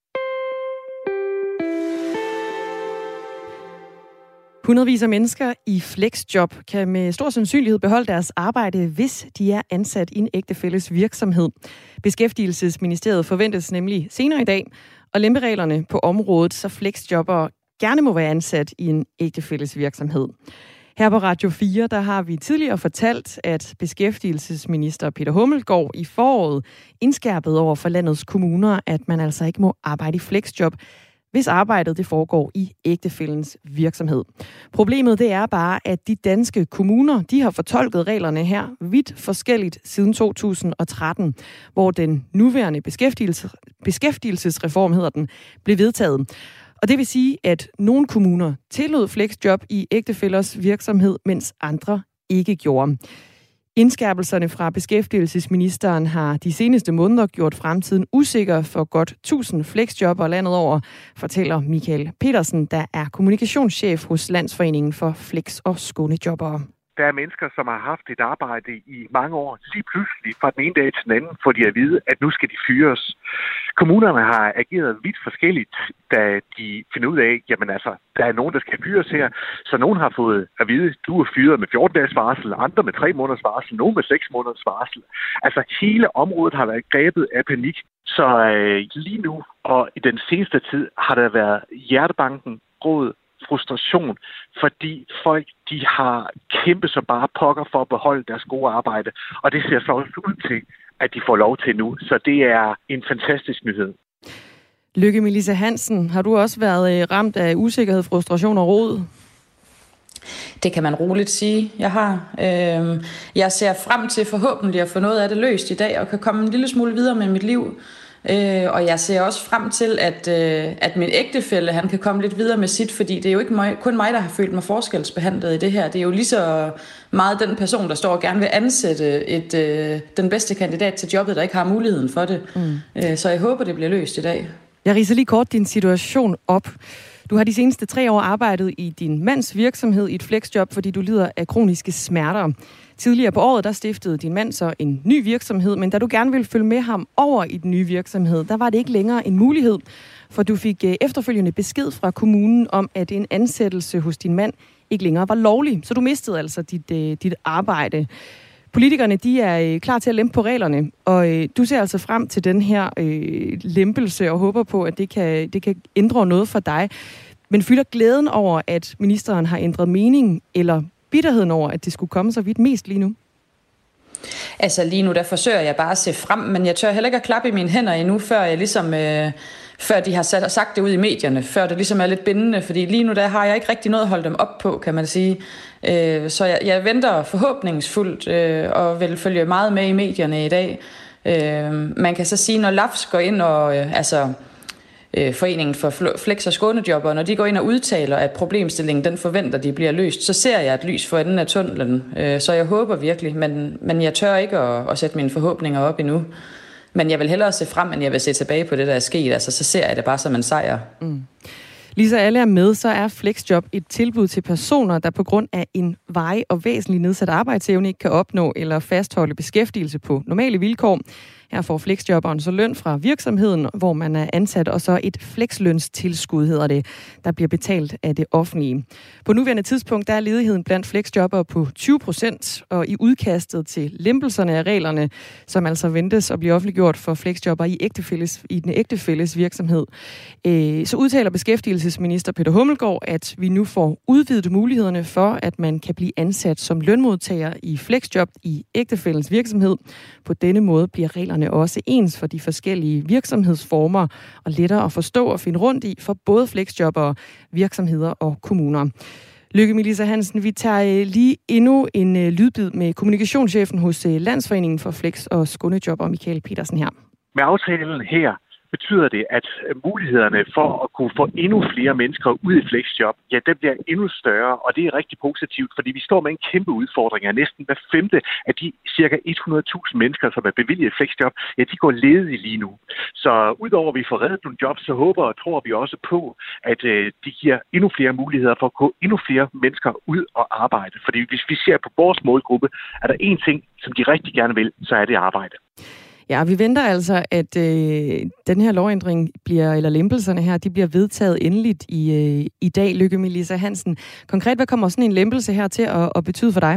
Hundredvis af mennesker i flexjob kan med stor sandsynlighed beholde deres arbejde, hvis de er ansat i en ægtefælles virksomhed. Beskæftigelsesministeriet forventes nemlig senere i dag at lempe reglerne på området, så flexjobbere gerne må være ansat i en ægtefælles virksomhed. Her på Radio fire, der har vi tidligere fortalt, at beskæftigelsesminister Peter Hummelgaard i foråret indskærpede over for landets kommuner, at man altså ikke må arbejde i flexjob, hvis arbejdet det foregår i ægtefællens virksomhed. Problemet det er bare, at de danske kommuner, de har fortolket reglerne her vidt forskelligt siden to tusind og tretten, hvor den nuværende beskæftigelse, beskæftigelsesreform, hedder den, blev vedtaget. Og det vil sige, at nogle kommuner tillod flexjob i ægtefællers virksomhed, mens andre ikke gjorde. Indskærpelserne fra beskæftigelsesministeren har de seneste måneder gjort fremtiden usikker for godt tusind flexjobber landet over, fortæller Michael Petersen, der er kommunikationschef hos Landsforeningen for Flex- og Skånejobbere. Der er mennesker, som har haft et arbejde i mange år. Lige pludselig fra den ene dag til den anden får de at vide, at nu skal de fyres. Kommunerne har ageret vidt forskelligt, da de finder ud af, jamen altså, der er nogen, der skal fyres her. Så nogen har fået at vide, at du er fyret med fjorten dages varsel, andre med tre måneders varsel, nogen med seks måneders varsel. Altså hele området har været grebet af panik. Så øh, lige nu og i den seneste tid har der været hjertebanken, råd, frustration, fordi folk de har kæmpet så bare pokker for at beholde deres gode arbejde, og det ser så også ud til, at de får lov til nu. Så det er en fantastisk nyhed. Lykke Melissa Hansen, har du også været ramt af usikkerhed, frustration og rod? Det kan man roligt sige, jeg har. Jeg ser frem til forhåbentlig at få noget af det løst i dag, og kan komme en lille smule videre med mit liv. Øh, og jeg ser også frem til, at, øh, at min ægtefælle, han kan komme lidt videre med sit, fordi det er jo ikke mig, kun mig, der har følt mig forskelsbehandlet i det her. Det er jo lige så meget den person, der står og gerne vil ansætte et, øh, den bedste kandidat til jobbet, der ikke har muligheden for det. Mm. Øh, så jeg håber, det bliver løst i dag. Jeg ridser lige kort din situation op. Du har de seneste tre år arbejdet i din mands virksomhed i et flexjob, fordi du lider af kroniske smerter. Tidligere på året, der stiftede din mand så en ny virksomhed, men da du gerne ville følge med ham over i den nye virksomhed, der var det ikke længere en mulighed, for du fik efterfølgende besked fra kommunen om, at en ansættelse hos din mand ikke længere var lovlig, så du mistede altså dit, dit arbejde. Politikerne, de er klar til at lempe på reglerne, og du ser altså frem til den her øh, lempelse og håber på, at det kan, det kan ændre noget for dig. Men fylder glæden over, at ministeren har ændret mening, eller bitterheden over, at det skulle komme så vidt mest lige nu? Altså lige nu, der forsøger jeg bare at se frem, men jeg tør heller ikke at klappe i mine hænder endnu, før jeg ligesom, øh, før de har sat, sagt det ud i medierne, før det ligesom er lidt bindende, fordi lige nu, der har jeg ikke rigtig noget at holde dem op på, kan man sige. Øh, så jeg, jeg venter forhåbningsfuldt øh, og vil følge meget med i medierne i dag. Øh, man kan så sige, når L A F S går ind og, øh, altså Foreningen for Flex- og Skånejobber, når de går ind og udtaler, at problemstillingen den forventer, de bliver løst, så ser jeg et lys for enden af tunnelen. Så jeg håber virkelig, men, men jeg tør ikke at, at sætte mine forhåbninger op endnu. Men jeg vil hellere se frem, end jeg vil se tilbage på det, der er sket. Altså, så ser jeg det bare som en sejr. Mm. Lige så alle er med, så er flexjob et tilbud til personer, der på grund af en varig og væsentlig nedsat arbejdsevne ikke kan opnå eller fastholde beskæftigelse på normale vilkår. Her får flexjobberen så løn fra virksomheden, hvor man er ansat, og så et flexlønstilskud hedder det, der bliver betalt af det offentlige. På nuværende tidspunkt der er ledigheden blandt flexjobbere på tyve procent, og i udkastet til lempelserne af reglerne, som altså ventes at blive offentliggjort for flexjobbere i, ægtefælles, i den ægtefælles virksomhed, øh, så udtaler beskæftigelsesminister Peter Hummelgaard, at vi nu får udvidet mulighederne for, at man kan blive ansat som lønmodtager i flexjob i ægtefællens virksomhed. På denne måde bliver reglerne også ens for de forskellige virksomhedsformer og lettere at forstå og finde rundt i for både flexjobbere, virksomheder og kommuner. Lykke Melissa Hansen, vi tager lige endnu en lydbid med kommunikationschefen hos Landsforeningen for Flex- og Skånejobber, Michael Petersen her. Med aftalen her betyder det, at mulighederne for at kunne få endnu flere mennesker ud i flexjob, ja, den bliver endnu større, og det er rigtig positivt, fordi vi står med en kæmpe udfordring, at næsten hver femte af de cirka hundrede tusind mennesker, som er bevilget flexjob, ja, de går ledige lige nu. Så udover at vi får reddet nogle jobs, så håber og tror vi også på, at øh, de giver endnu flere muligheder for at gå endnu flere mennesker ud og arbejde. Fordi hvis vi ser på vores målgruppe, er der én ting, som de rigtig gerne vil, så er det arbejde. Ja, vi venter altså, at øh, den her lovændring bliver, eller lempelserne her, de bliver vedtaget endeligt i, øh, i dag, Lykke Melissa Hansen. Konkret, hvad kommer sådan en lempelse her til at, at betyde for dig?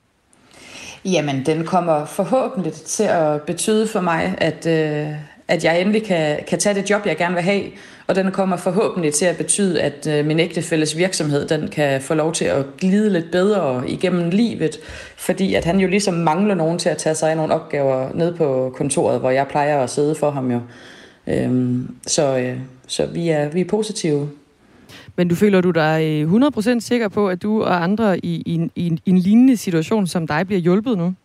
Jamen, den kommer forhåbentlig til at betyde for mig, at, øh, at jeg endelig kan, kan tage det job, jeg gerne vil have. Og den kommer forhåbentlig til at betyde, at øh, min ægtefælles virksomhed, den kan få lov til at glide lidt bedre igennem livet. Fordi at han jo ligesom mangler nogen til at tage sig af nogle opgaver ned på kontoret, hvor jeg plejer at sidde for ham jo. Øhm, så øh, så vi, er, vi er positive. Men du føler du dig hundrede procent sikker på, at du og andre i, i, i, i en lignende situation som dig bliver hjulpet nu?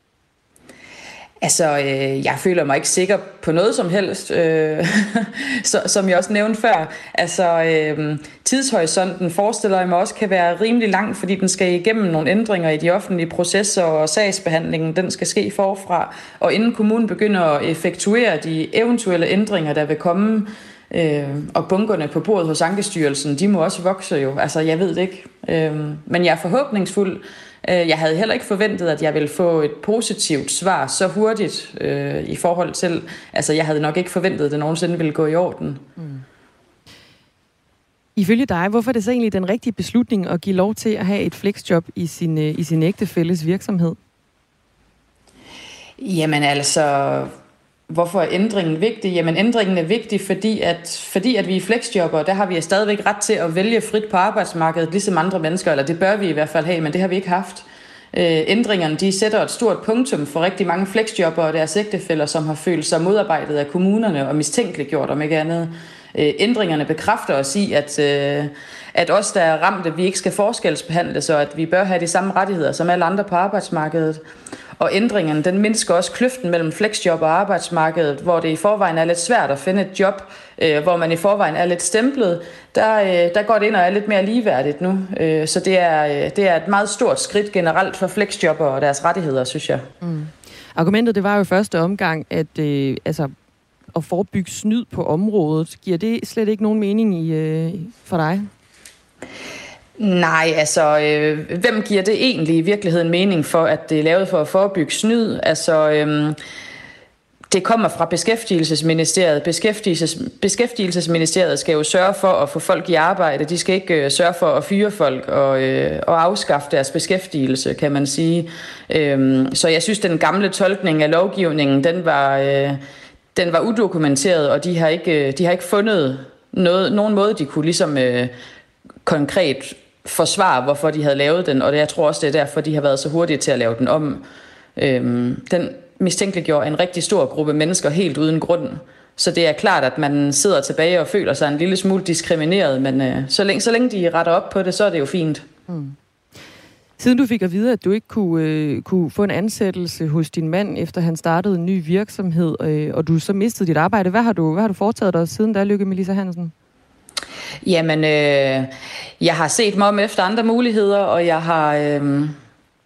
Altså, øh, jeg føler mig ikke sikker på noget som helst, øh, så, som jeg også nævnte før. Altså, øh, tidshorisonten forestiller jeg mig også kan være rimelig lang, fordi den skal igennem nogle ændringer i de offentlige processer, og sagsbehandlingen, den skal ske forfra. Og inden kommunen begynder at effektuere de eventuelle ændringer, der vil komme, øh, og bunkerne på bordet hos Ankestyrelsen, de må også vokse jo. Altså, jeg ved det ikke. Øh, men jeg er forhåbningsfuld. Jeg havde heller ikke forventet, at jeg ville få et positivt svar så hurtigt øh, i forhold til, altså jeg havde nok ikke forventet, at det nogensinde ville gå i orden. Mm. Ifølge dig, hvorfor er det så egentlig den rigtige beslutning at give lov til at have et flexjob i sin, i sin ægtefælles virksomhed? Jamen altså, hvorfor er ændringen vigtig? Jamen ændringen er vigtig, fordi at, fordi at vi er flexjobber, der har vi stadigvæk ret til at vælge frit på arbejdsmarkedet, ligesom andre mennesker, eller det bør vi i hvert fald have, men det har vi ikke haft. Øh, ændringerne, de sætter et stort punktum for rigtig mange flexjobber og deres ægtefæller, som har følt sig modarbejdet af kommunerne og mistænkeliggjort om ikke andet. Øh, ændringerne bekræfter os i, at, øh, at os, der er ramte, vi ikke skal forskelsbehandles, og at vi bør have de samme rettigheder som alle andre på arbejdsmarkedet. Og ændringen, den mindsker også kløften mellem flexjob og arbejdsmarkedet, hvor det i forvejen er lidt svært at finde et job, øh, hvor man i forvejen er lidt stemplet. Der, øh, der går det ind og er lidt mere ligeværdigt nu. Øh, så det er, det er et meget stort skridt generelt for flexjobber og deres rettigheder, synes jeg. Mm. Argumentet, det var jo i første omgang, at øh, altså, at forebygge snyd på området. Giver det slet ikke nogen mening i, øh, for dig? Nej, altså, øh, hvem giver det egentlig i virkeligheden mening for, at det er lavet for at forebygge snyd? Altså, øh, det kommer fra Beskæftigelsesministeriet. Beskæftigelses, Beskæftigelsesministeriet skal jo sørge for at få folk i arbejde. De skal ikke øh, sørge for at fyre folk og, øh, og afskaffe deres beskæftigelse, kan man sige. Øh, så jeg synes, den gamle tolkning af lovgivningen, den var, øh, den var udokumenteret, og de har ikke, de har ikke fundet noget, nogen måde, de kunne ligesom øh, konkret forsvare, hvorfor de havde lavet den, og jeg tror også, det er derfor, de har været så hurtige til at lave den om. Øhm, den mistænkeliggjorde en rigtig stor gruppe mennesker helt uden grund. Så det er klart, at man sidder tilbage og føler sig en lille smule diskrimineret, men øh, så, længe, så længe de retter op på det, så er det jo fint. Mm. Siden du fik at vide, at du ikke kunne, øh, kunne få en ansættelse hos din mand, efter han startede en ny virksomhed, øh, og du så mistede dit arbejde, hvad har du, hvad har du foretaget dig siden da, Lykke Melissa Hansen? Jamen, øh, jeg har set mig om efter andre muligheder, og jeg har, øh,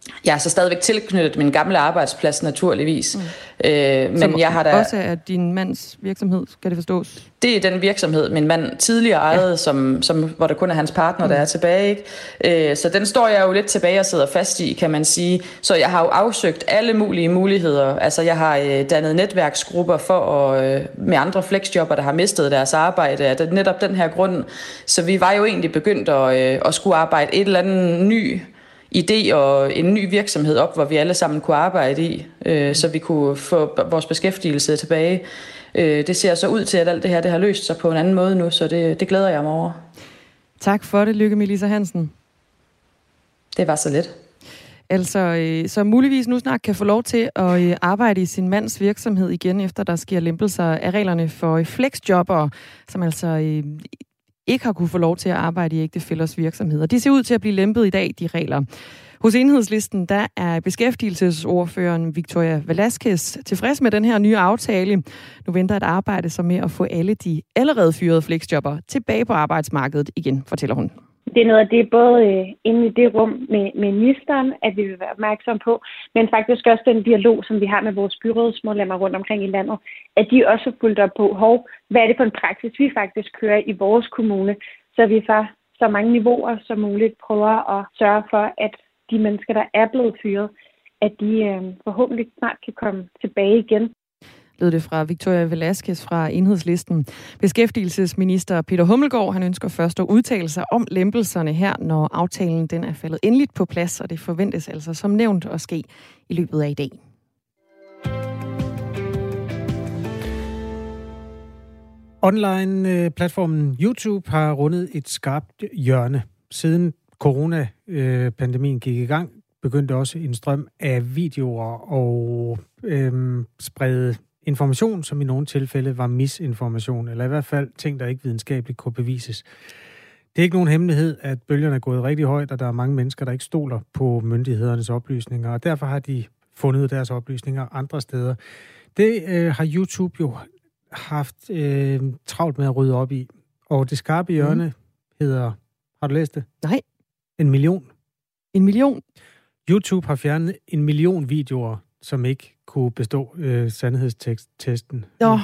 Jeg er så stadigvæk tilknyttet min gamle arbejdsplads, naturligvis. Mm. Øh, men Som jeg har da... også er din mands virksomhed, skal det forstås? Det er den virksomhed, min mand tidligere ejede, ja. som, som, hvor der kun er hans partner, mm. der er tilbage. Ikke? Øh, så den står jeg jo lidt tilbage og sidder fast i, kan man sige. Så jeg har jo afsøgt alle mulige muligheder. Altså, jeg har øh, dannet netværksgrupper for at, øh, med andre flexjobber, der har mistet deres arbejde af netop den her grund. Så vi var jo egentlig begyndt at, øh, at skulle arbejde et eller andet ny idé og en ny virksomhed op, hvor vi alle sammen kunne arbejde i, øh, så vi kunne få vores beskæftigelse tilbage. Øh, det ser så ud til, at alt det her det har løst sig på en anden måde nu, så det, det glæder jeg mig over. Tak for det, Lykke Melissa Hansen. Det var så let. Altså, øh, så muligvis nu snart kan få lov til at øh, arbejde i sin mands virksomhed igen, efter der sker lempelser af reglerne for flexjobbere, som altså øh, ikke har kunne få lov til at arbejde i ægtefællers virksomheder. De ser ud til at blive lempet i dag, de regler. Hos Enhedslisten, der er beskæftigelsesordføreren Victoria Velasquez tilfreds med den her nye aftale. Nu venter et arbejde så med at få alle de allerede fyrede flexjobber tilbage på arbejdsmarkedet igen, fortæller hun. Det er noget af det, både øh, inde i det rum med, med ministeren, at vi vil være opmærksom på, men faktisk også den dialog, som vi har med vores byrådsmedlemmer rundt omkring i landet, at de også er fulgt op på, hov, hvad er det for en praksis, vi faktisk kører i vores kommune, så vi fra så mange niveauer som muligt prøver at sørge for, at de mennesker, der er blevet fyret, at de øh, forhåbentlig snart kan komme tilbage igen. Lød det fra Victoria Velasquez fra Enhedslisten. Beskæftigelsesminister Peter Hummelgaard, han ønsker først at udtale sig om lempelserne her, når aftalen den er faldet endeligt på plads, og det forventes altså som nævnt at ske i løbet af i dag. Online-platformen YouTube har rundet et skarpt hjørne. Siden coronapandemien gik i gang, begyndte også en strøm af videoer og øhm, sprede information, som i nogle tilfælde var misinformation, eller i hvert fald ting, der ikke videnskabeligt kunne bevises. Det er ikke nogen hemmelighed, at bølgerne er gået rigtig højt, og der er mange mennesker, der ikke stoler på myndighedernes oplysninger, og derfor har de fundet deres oplysninger andre steder. Det øh, har YouTube jo haft øh, travlt med at rydde op i, og det skarpe hjørne mm. hedder, har du læst det? Nej. En million. En million? YouTube har fjernet en million videoer, som ikke kunne bestå øh, sandhedstesten. Ja.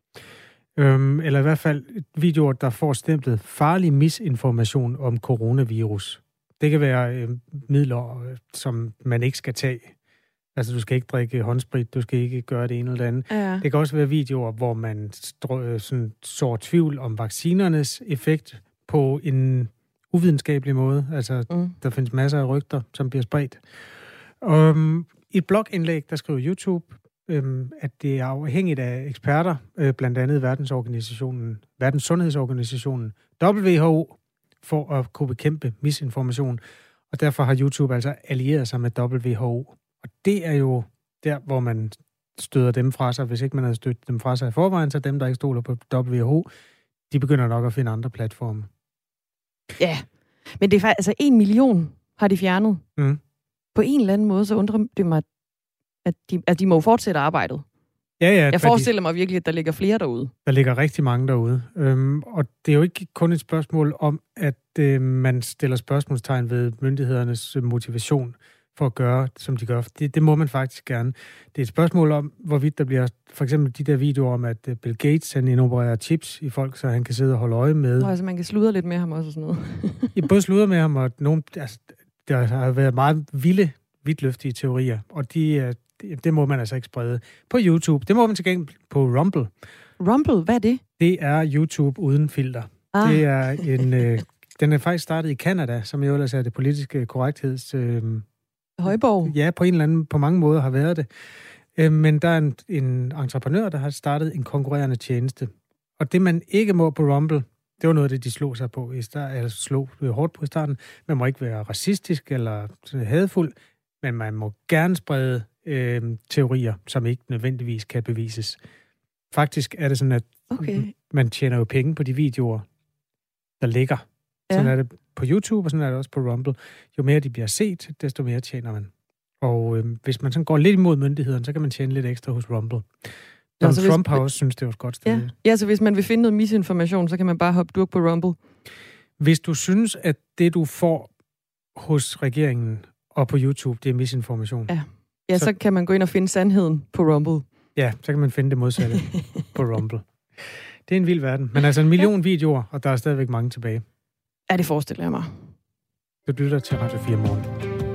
Øhm, eller i hvert fald videoer, der får stemplet farlig misinformation om coronavirus. Det kan være øh, midler, øh, som man ikke skal tage. Altså, du skal ikke drikke håndsprit, du skal ikke gøre det ene eller det andet. Ja. Det kan også være videoer, hvor man strø, sådan, sår tvivl om vaccinernes effekt på en uvidenskabelig måde. Altså, mm. der findes masser af rygter, som bliver spredt. Um, I et blogindlæg, der skriver YouTube, um, at det er afhængigt af eksperter, uh, blandt andet verdensorganisationen, Verdens Sundhedsorganisationen, W H O, for at kunne bekæmpe misinformation. Og derfor har YouTube altså allieret sig med W H O. Og det er jo der, hvor man støder dem fra sig. Hvis ikke man havde stødt dem fra sig i forvejen, så dem, der ikke stoler på W H O, de begynder nok at finde andre platforme. Ja, men det er faktisk, altså en million har de fjernet. Mm. På en eller anden måde, så undrer det mig, at de, at de må fortsætte arbejdet. Ja, ja. Jeg forestiller mig virkelig, at der ligger flere derude. Der ligger rigtig mange derude. Øhm, og det er jo ikke kun et spørgsmål om, at øh, man stiller spørgsmålstegn ved myndighedernes motivation for at gøre, som de gør. Det, det må man faktisk gerne. Det er et spørgsmål om, hvorvidt der bliver for eksempel de der videoer om, at Bill Gates han indopererer chips i folk, så han kan sidde og holde øje med. Nå, altså man kan sludre lidt med ham også og sådan noget. I både sludre med ham, og nogen, altså, der har været meget vilde, vidtløftige teorier, og de, det, det må man altså ikke sprede. På YouTube, det må man til gengæld på Rumble. Rumble, hvad er det? Det er YouTube uden filter. Ah. Det er en, øh, den er faktisk startet i Canada, som jo ellers er det politiske korrektheds... Øh, Højborg? Ja, på en eller anden, på mange måder har været det. Øh, men der er en, en entreprenør, der har startet en konkurrerende tjeneste. Og det, man ikke må på Rumble, det var noget af det, de slog sig på i starten, eller slog hårdt på i starten. Man må ikke være racistisk eller hadefuld, men man må gerne sprede øh, teorier, som ikke nødvendigvis kan bevises. Faktisk er det sådan, at okay. man tjener jo penge på de videoer, der ligger. Sådan ja. er det på YouTube, og sådan er det også på Rumble. Jo mere de bliver set, desto mere tjener man. Og øh, hvis man sådan går lidt imod myndighederne, så kan man tjene lidt ekstra hos Rumble. Donald altså, Trump hvis... har også synes, det var et godt sted. Ja. ja, så hvis man vil finde noget misinformation, så kan man bare hoppe durk på Rumble. Hvis du synes, at det, du får hos regeringen og på YouTube, det er misinformation. Ja, ja så, så kan man gå ind og finde sandheden på Rumble. Ja, så kan man finde det modsatte på Rumble. Det er en vild verden. Men altså en million ja. videoer, og der er stadigvæk mange tilbage. Ja, det forestiller jeg mig. Du lytter til Radio fire Morgen.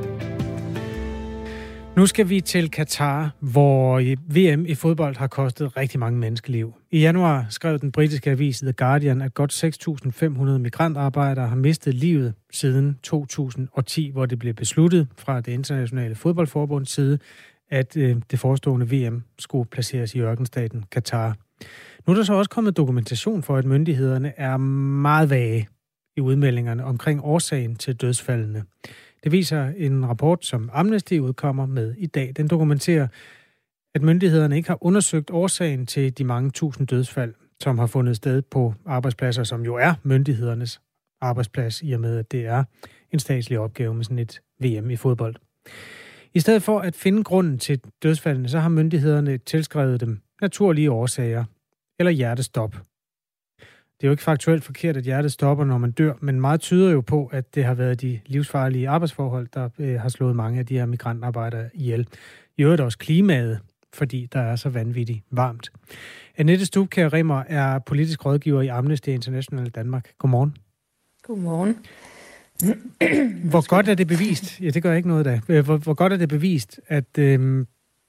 Nu skal vi til Katar, hvor V M i fodbold har kostet rigtig mange menneskeliv. I januar skrev den britiske avis The Guardian, at godt seks tusind fem hundrede migrantarbejdere har mistet livet siden to tusind og ti, hvor det blev besluttet fra det internationale fodboldforbunds side, at øh, det forestående V M skulle placeres i ørkenstaten Katar. Nu er der så også kommet dokumentation for, at myndighederne er meget vage i udmeldingerne omkring årsagen til dødsfaldene. Det viser en rapport, som Amnesty udkommer med i dag. Den dokumenterer, at myndighederne ikke har undersøgt årsagen til de mange tusind dødsfald, som har fundet sted på arbejdspladser, som jo er myndighedernes arbejdsplads, i og med, at det er en statslig opgave med sådan et V M i fodbold. I stedet for at finde grunden til dødsfaldene, så har myndighederne tilskrevet dem naturlige årsager eller hjertestop. Det er jo ikke faktuelt forkert, at hjertet stopper, når man dør, men meget tyder jo på, at det har været de livsfarlige arbejdsforhold, der øh, har slået mange af de her migrantarbejdere ihjel. I øvrigt også klimaet, fordi der er så vanvittigt varmt. Annette Stubkjær Rimmer er politisk rådgiver i Amnesty International Danmark. Godmorgen. Godmorgen. Hvor godt er det bevist? Ja, det gør ikke noget da. Hvor, hvor godt er det bevist, at, øh,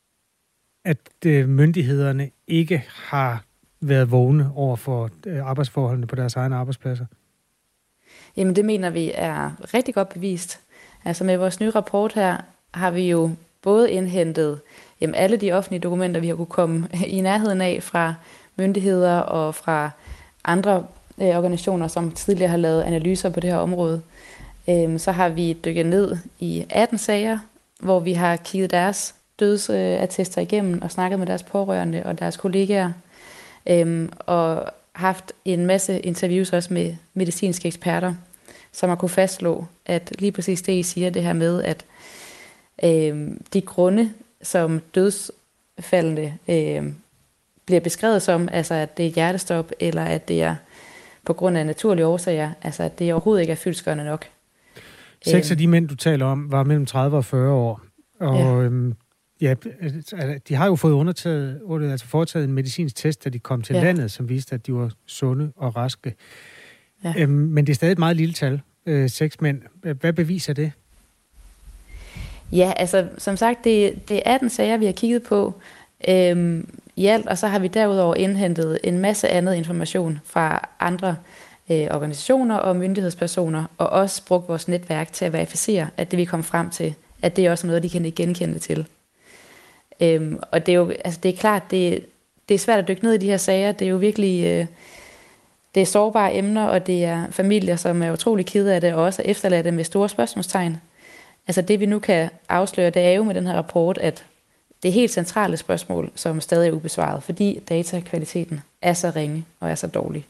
at øh, myndighederne ikke har været vågne over for arbejdsforholdene på deres egne arbejdspladser? Jamen det mener vi er rigtig godt bevist. Altså med vores nye rapport her har vi jo både indhentet jamen, alle de offentlige dokumenter, vi har kunne komme i nærheden af fra myndigheder og fra andre øh, organisationer, som tidligere har lavet analyser på det her område. Øhm, så har vi dykket ned i atten sager, hvor vi har kigget deres dødsattester igennem og snakket med deres pårørende og deres kollegaer. Øhm, og haft en masse interviews også med medicinske eksperter, som har kunne fastslå, at lige præcis det, I siger, det her med, at øhm, de grunde, som dødsfaldene øhm, bliver beskrevet som, altså at det er hjertestop, eller at det er på grund af naturlige årsager, altså at det overhovedet ikke er fyldestgørende nok. Seks af de mænd, du taler om, var mellem tredive og fyrre år, og ja. øhm Ja, de har jo fået undertaget, altså foretaget en medicinsk test, da de kom til ja. landet, som viste, at de var sunde og raske. Ja. Øhm, men det er stadig et meget lille tal, øh, seks mænd. Hvad beviser det? Ja, altså som sagt, det, det er atten sager, vi har kigget på øhm, i alt, og så har vi derudover indhentet en masse andet information fra andre øh, organisationer og myndighedspersoner, og også brugt vores netværk til at verificere, at det vi kom frem til, at det er også noget, de kan genkende til. Øhm, og det er jo, altså det er klart, det, det er svært at dykke ned i de her sager. Det er jo virkelig, øh, det er sårbare emner, og det er familier, som er utrolig kede af det, og også er efterladte med store spørgsmålstegn. Altså det vi nu kan afsløre, det er jo med den her rapport, at det er helt centrale spørgsmål, som stadig er ubesvaret, fordi datakvaliteten er så ringe og er så dårlig.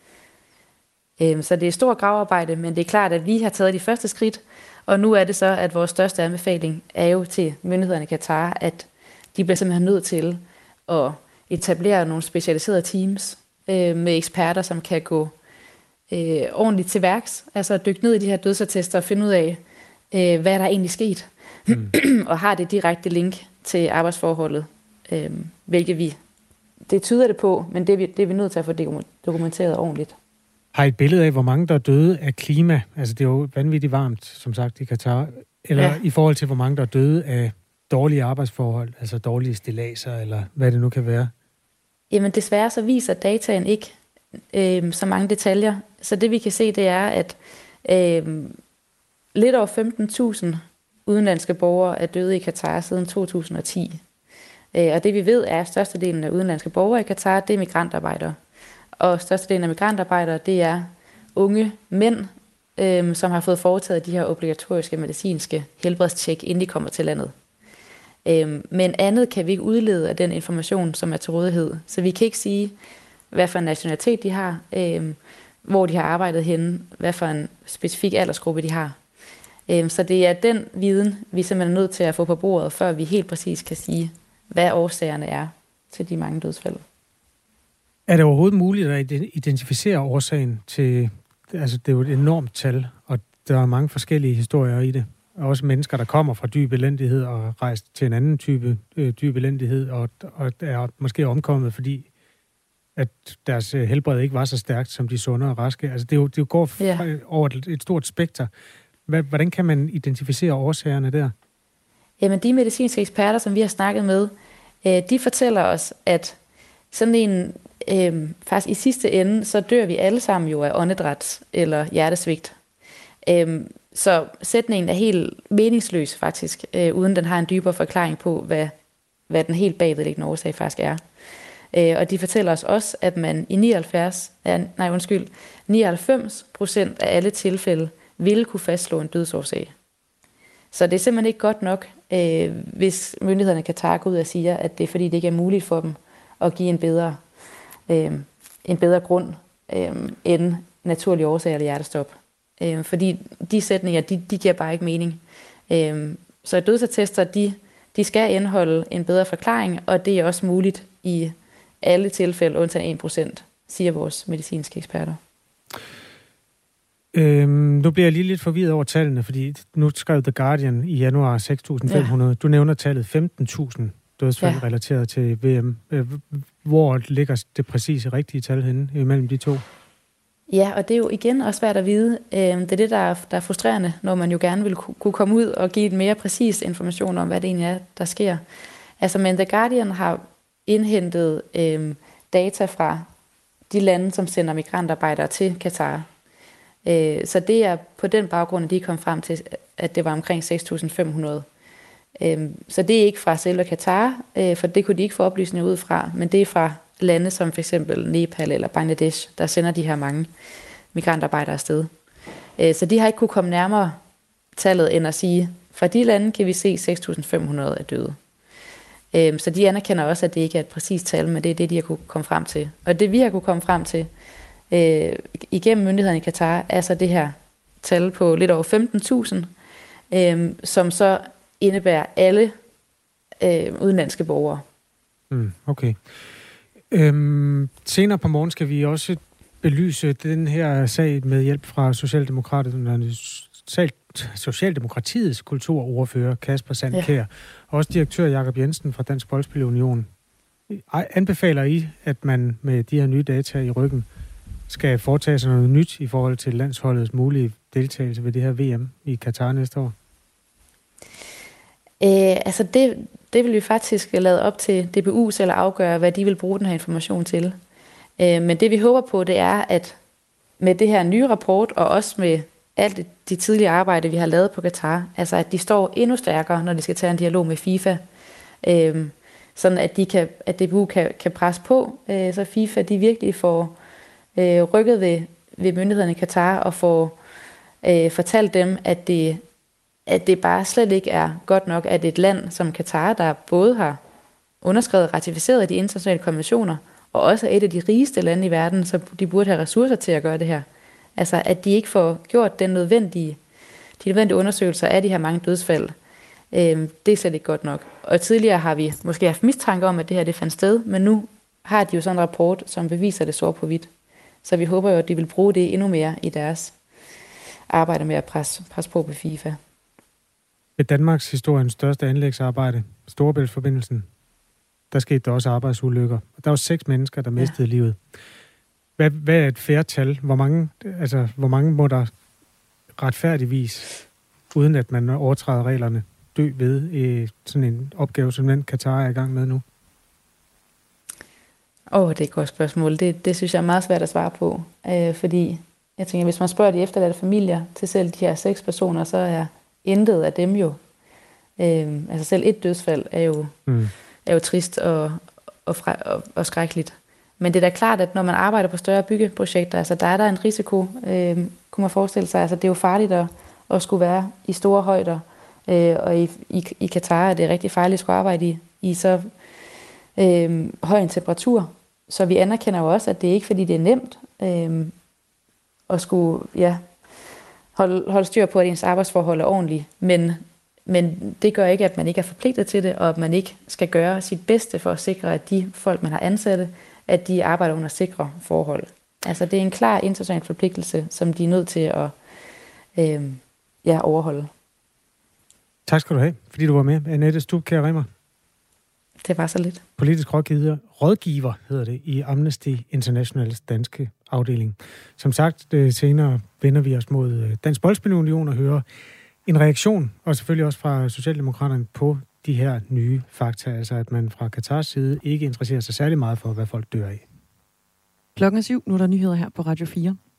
Øhm, så det er stort gravarbejde, men det er klart, at vi har taget de første skridt, og nu er det så, at vores største anbefaling er jo til myndighederne i Katar, at de bliver simpelthen nødt til at etablere nogle specialiserede teams øh, med eksperter, som kan gå øh, ordentligt til værks, altså dykke ned i de her dødsattester og finde ud af, øh, hvad der egentlig sket, mm. og har det direkte link til arbejdsforholdet, øh, hvilket vi, det tyder det på, men det er vi, det er vi nødt til at få dokumenteret ordentligt. Har I et billede af, hvor mange der er døde af klima? Altså det er jo vanvittigt varmt, som sagt, i Katar. Eller ja. I forhold til, hvor mange der er døde af dårlige arbejdsforhold, altså dårlige stilladser, eller hvad det nu kan være? Jamen desværre så viser dataen ikke øh, så mange detaljer. Så det vi kan se, det er, at øh, lidt over femten tusind udenlandske borgere er døde i Katar siden to tusind og ti. Øh, og det vi ved er, at størstedelen af udenlandske borgere i Katar, det er migrantarbejdere. Og størstedelen af migrantarbejdere, det er unge mænd, øh, som har fået foretaget de her obligatoriske medicinske helbredstjek, inden de kommer til landet. Øhm, men andet kan vi ikke udlede af den information, som er til rådighed. Så vi kan ikke sige, hvad for en nationalitet de har, øhm, hvor de har arbejdet henne, hvad for en specifik aldersgruppe de har. Øhm, så det er den viden, vi simpelthen er nødt til at få på bordet, før vi helt præcis kan sige, hvad årsagerne er til de mange dødsfald. Er det overhovedet muligt at identificere årsagen til, altså det er jo et enormt tal, og der er mange forskellige historier i det? også mennesker, der kommer fra dyb elendighed og rejst til en anden type øh, dyb elendighed, og, og er måske omkommet, fordi at deres helbred ikke var så stærkt, som de sunde og raske. Altså, det, er jo, det går ja. over et, et stort spekter. Hvordan kan man identificere årsagerne der? Jamen, de medicinske eksperter, som vi har snakket med, øh, de fortæller os, at sådan en, øh, faktisk i sidste ende, så dør vi alle sammen jo af åndedræts eller hjertesvigt. Øh, så sætningen er helt meningsløs faktisk, øh, uden den har en dybere forklaring på, hvad, hvad den helt bagvedliggende årsag faktisk er. Øh, og de fortæller os også, at man i nioghalvfjerds, ja, nej undskyld, nioghalvfems procent af alle tilfælde ville kunne fastslå en dødsårsag. Så det er simpelthen ikke godt nok, øh, hvis myndighederne kan tage ud og sige, at det er fordi, det ikke er muligt for dem at give en bedre, øh, en bedre grund øh, end naturlig årsag eller hjertestop. Øh, fordi de sætninger, de, de giver bare ikke mening. Øh, så dødsattester, de, de skal indeholde en bedre forklaring, og det er også muligt i alle tilfælde, undtagen en procent, siger vores medicinske eksperter. Øhm, nu bliver jeg lige lidt forvirret over tallene, fordi nu skrev The Guardian i januar seks tusind fem hundrede. Ja. Du nævner tallet femten tusind dødsfald ja. relateret til V M. Hvor ligger det præcise rigtige tal henne imellem de to? Ja, og det er jo igen også svært at vide. Det er det, der er, der er frustrerende, når man jo gerne vil kunne komme ud og give et mere præcis information om, hvad det egentlig er, der sker. Altså, men The Guardian har indhentet øh, data fra de lande, som sender migrantarbejdere til Katar. Øh, så det er på den baggrund, at de kom frem til, at det var omkring seks tusind fem hundrede. Øh, så det er ikke fra selve Katar, øh, for det kunne de ikke få oplysninger ud fra, men det er fra lande som for eksempel Nepal eller Bangladesh, der sender de her mange migrantarbejdere afsted. Øh, så de har ikke kunne komme nærmere tallet end at sige, fra de lande kan vi se seks tusind fem hundrede er døde. Så de anerkender også, at det ikke er et præcist tal, men det er det, de har kunne komme frem til. Og det, vi har kunne komme frem til øh, igennem myndighederne i Katar, er så det her tal på lidt over femten tusind, øh, som så indebærer alle øh, udenlandske borgere. Mm, okay. Øhm, senere på morgen skal vi også belyse den her sag med hjælp fra Socialdemokraterne, Socialdemokratiets kulturordfører Kasper Sandkjær, ja. Også direktør Jakob Jensen fra Dansk Boldspilunion. Anbefaler I, at man med de her nye data i ryggen skal foretage sig noget nyt i forhold til landsholdets mulige deltagelse ved det her V M i Katar næste år? Øh, altså det, det vil vi faktisk lade op til D B U selv at afgøre, hvad de vil bruge den her information til. Øh, men det vi håber på, det er, at med det her nye rapport, og også med alt det, de tidligere arbejde, vi har lavet på Katar, altså at de står endnu stærkere, når de skal tage en dialog med FIFA, øh, sådan at, de kan, at D B U kan, kan presse på, øh, så FIFA de virkelig får øh, rykket ved, ved myndighederne i Katar og får øh, fortalt dem, at det, at det bare slet ikke er godt nok, at et land som Katar, der både har underskrevet og ratificeret de internationale konventioner, og også er et af de rigeste lande i verden, så de burde have ressourcer til at gøre det her. Altså, at de ikke får gjort den nødvendige, de nødvendige undersøgelser af de her mange dødsfald. Øh, det er slet ikke godt nok. Og tidligere har vi måske haft mistanke om, at det her det fandt sted, men nu har de jo sådan en rapport, som beviser det sort på hvidt. Så vi håber jo, at de vil bruge det endnu mere i deres arbejde med at presse, presse på på FIFA. Ved Danmarks historiens største anlægsarbejde, Storebæltsforbindelsen, der skete der også arbejdsulykker. Der var seks mennesker, der mistede ja. livet. Hvad, hvad er et fair tal? Hvor mange, altså, hvor mange må der retfærdigvis, uden at man overtræder reglerne, dø ved i sådan en opgave, som den Katar er i gang med nu? Åh, oh, det er et godt spørgsmål. Det, det synes jeg er meget svært at svare på. Øh, fordi jeg tænker, hvis man spørger de efterladte familier til selv de her seks personer, så er intet af dem jo. Øh, altså selv et dødsfald er jo, mm. er jo trist og, og, fra, og, og skrækkeligt. Men det er da klart, at når man arbejder på større byggeprojekter, altså der er der en risiko, øh, kunne man forestille sig. Altså det er jo farligt at, at skulle være i store højder, øh, og i, i, i Katar er det rigtig farligt at skulle arbejde i, i så øh, høj en temperatur. Så vi anerkender jo også, at det er ikke fordi det er nemt øh, at skulle ja, holde, holde styr på, at ens arbejdsforhold er ordentligt. Men, men det gør ikke, at man ikke er forpligtet til det, og at man ikke skal gøre sit bedste for at sikre, at de folk, man har ansatte, at de arbejder under sikre forhold. Altså det er en klar international forpligtelse, som de er nødt til at øh, ja, overholde. Tak skal du have, fordi du var med. Annette Stubkjær Rimmer. Det var så lidt. Politisk rådgiver, rådgiver hedder det, i Amnesty Internationals danske afdeling. Som sagt, senere vender vi os mod Dansk Boldspilunion og hører en reaktion, og selvfølgelig også fra Socialdemokraterne, på de her nye fakta, altså at man fra Katars side ikke interesserer sig særlig meget for, hvad folk dør af. Klokken er syv, nu er der nyheder her på Radio fire.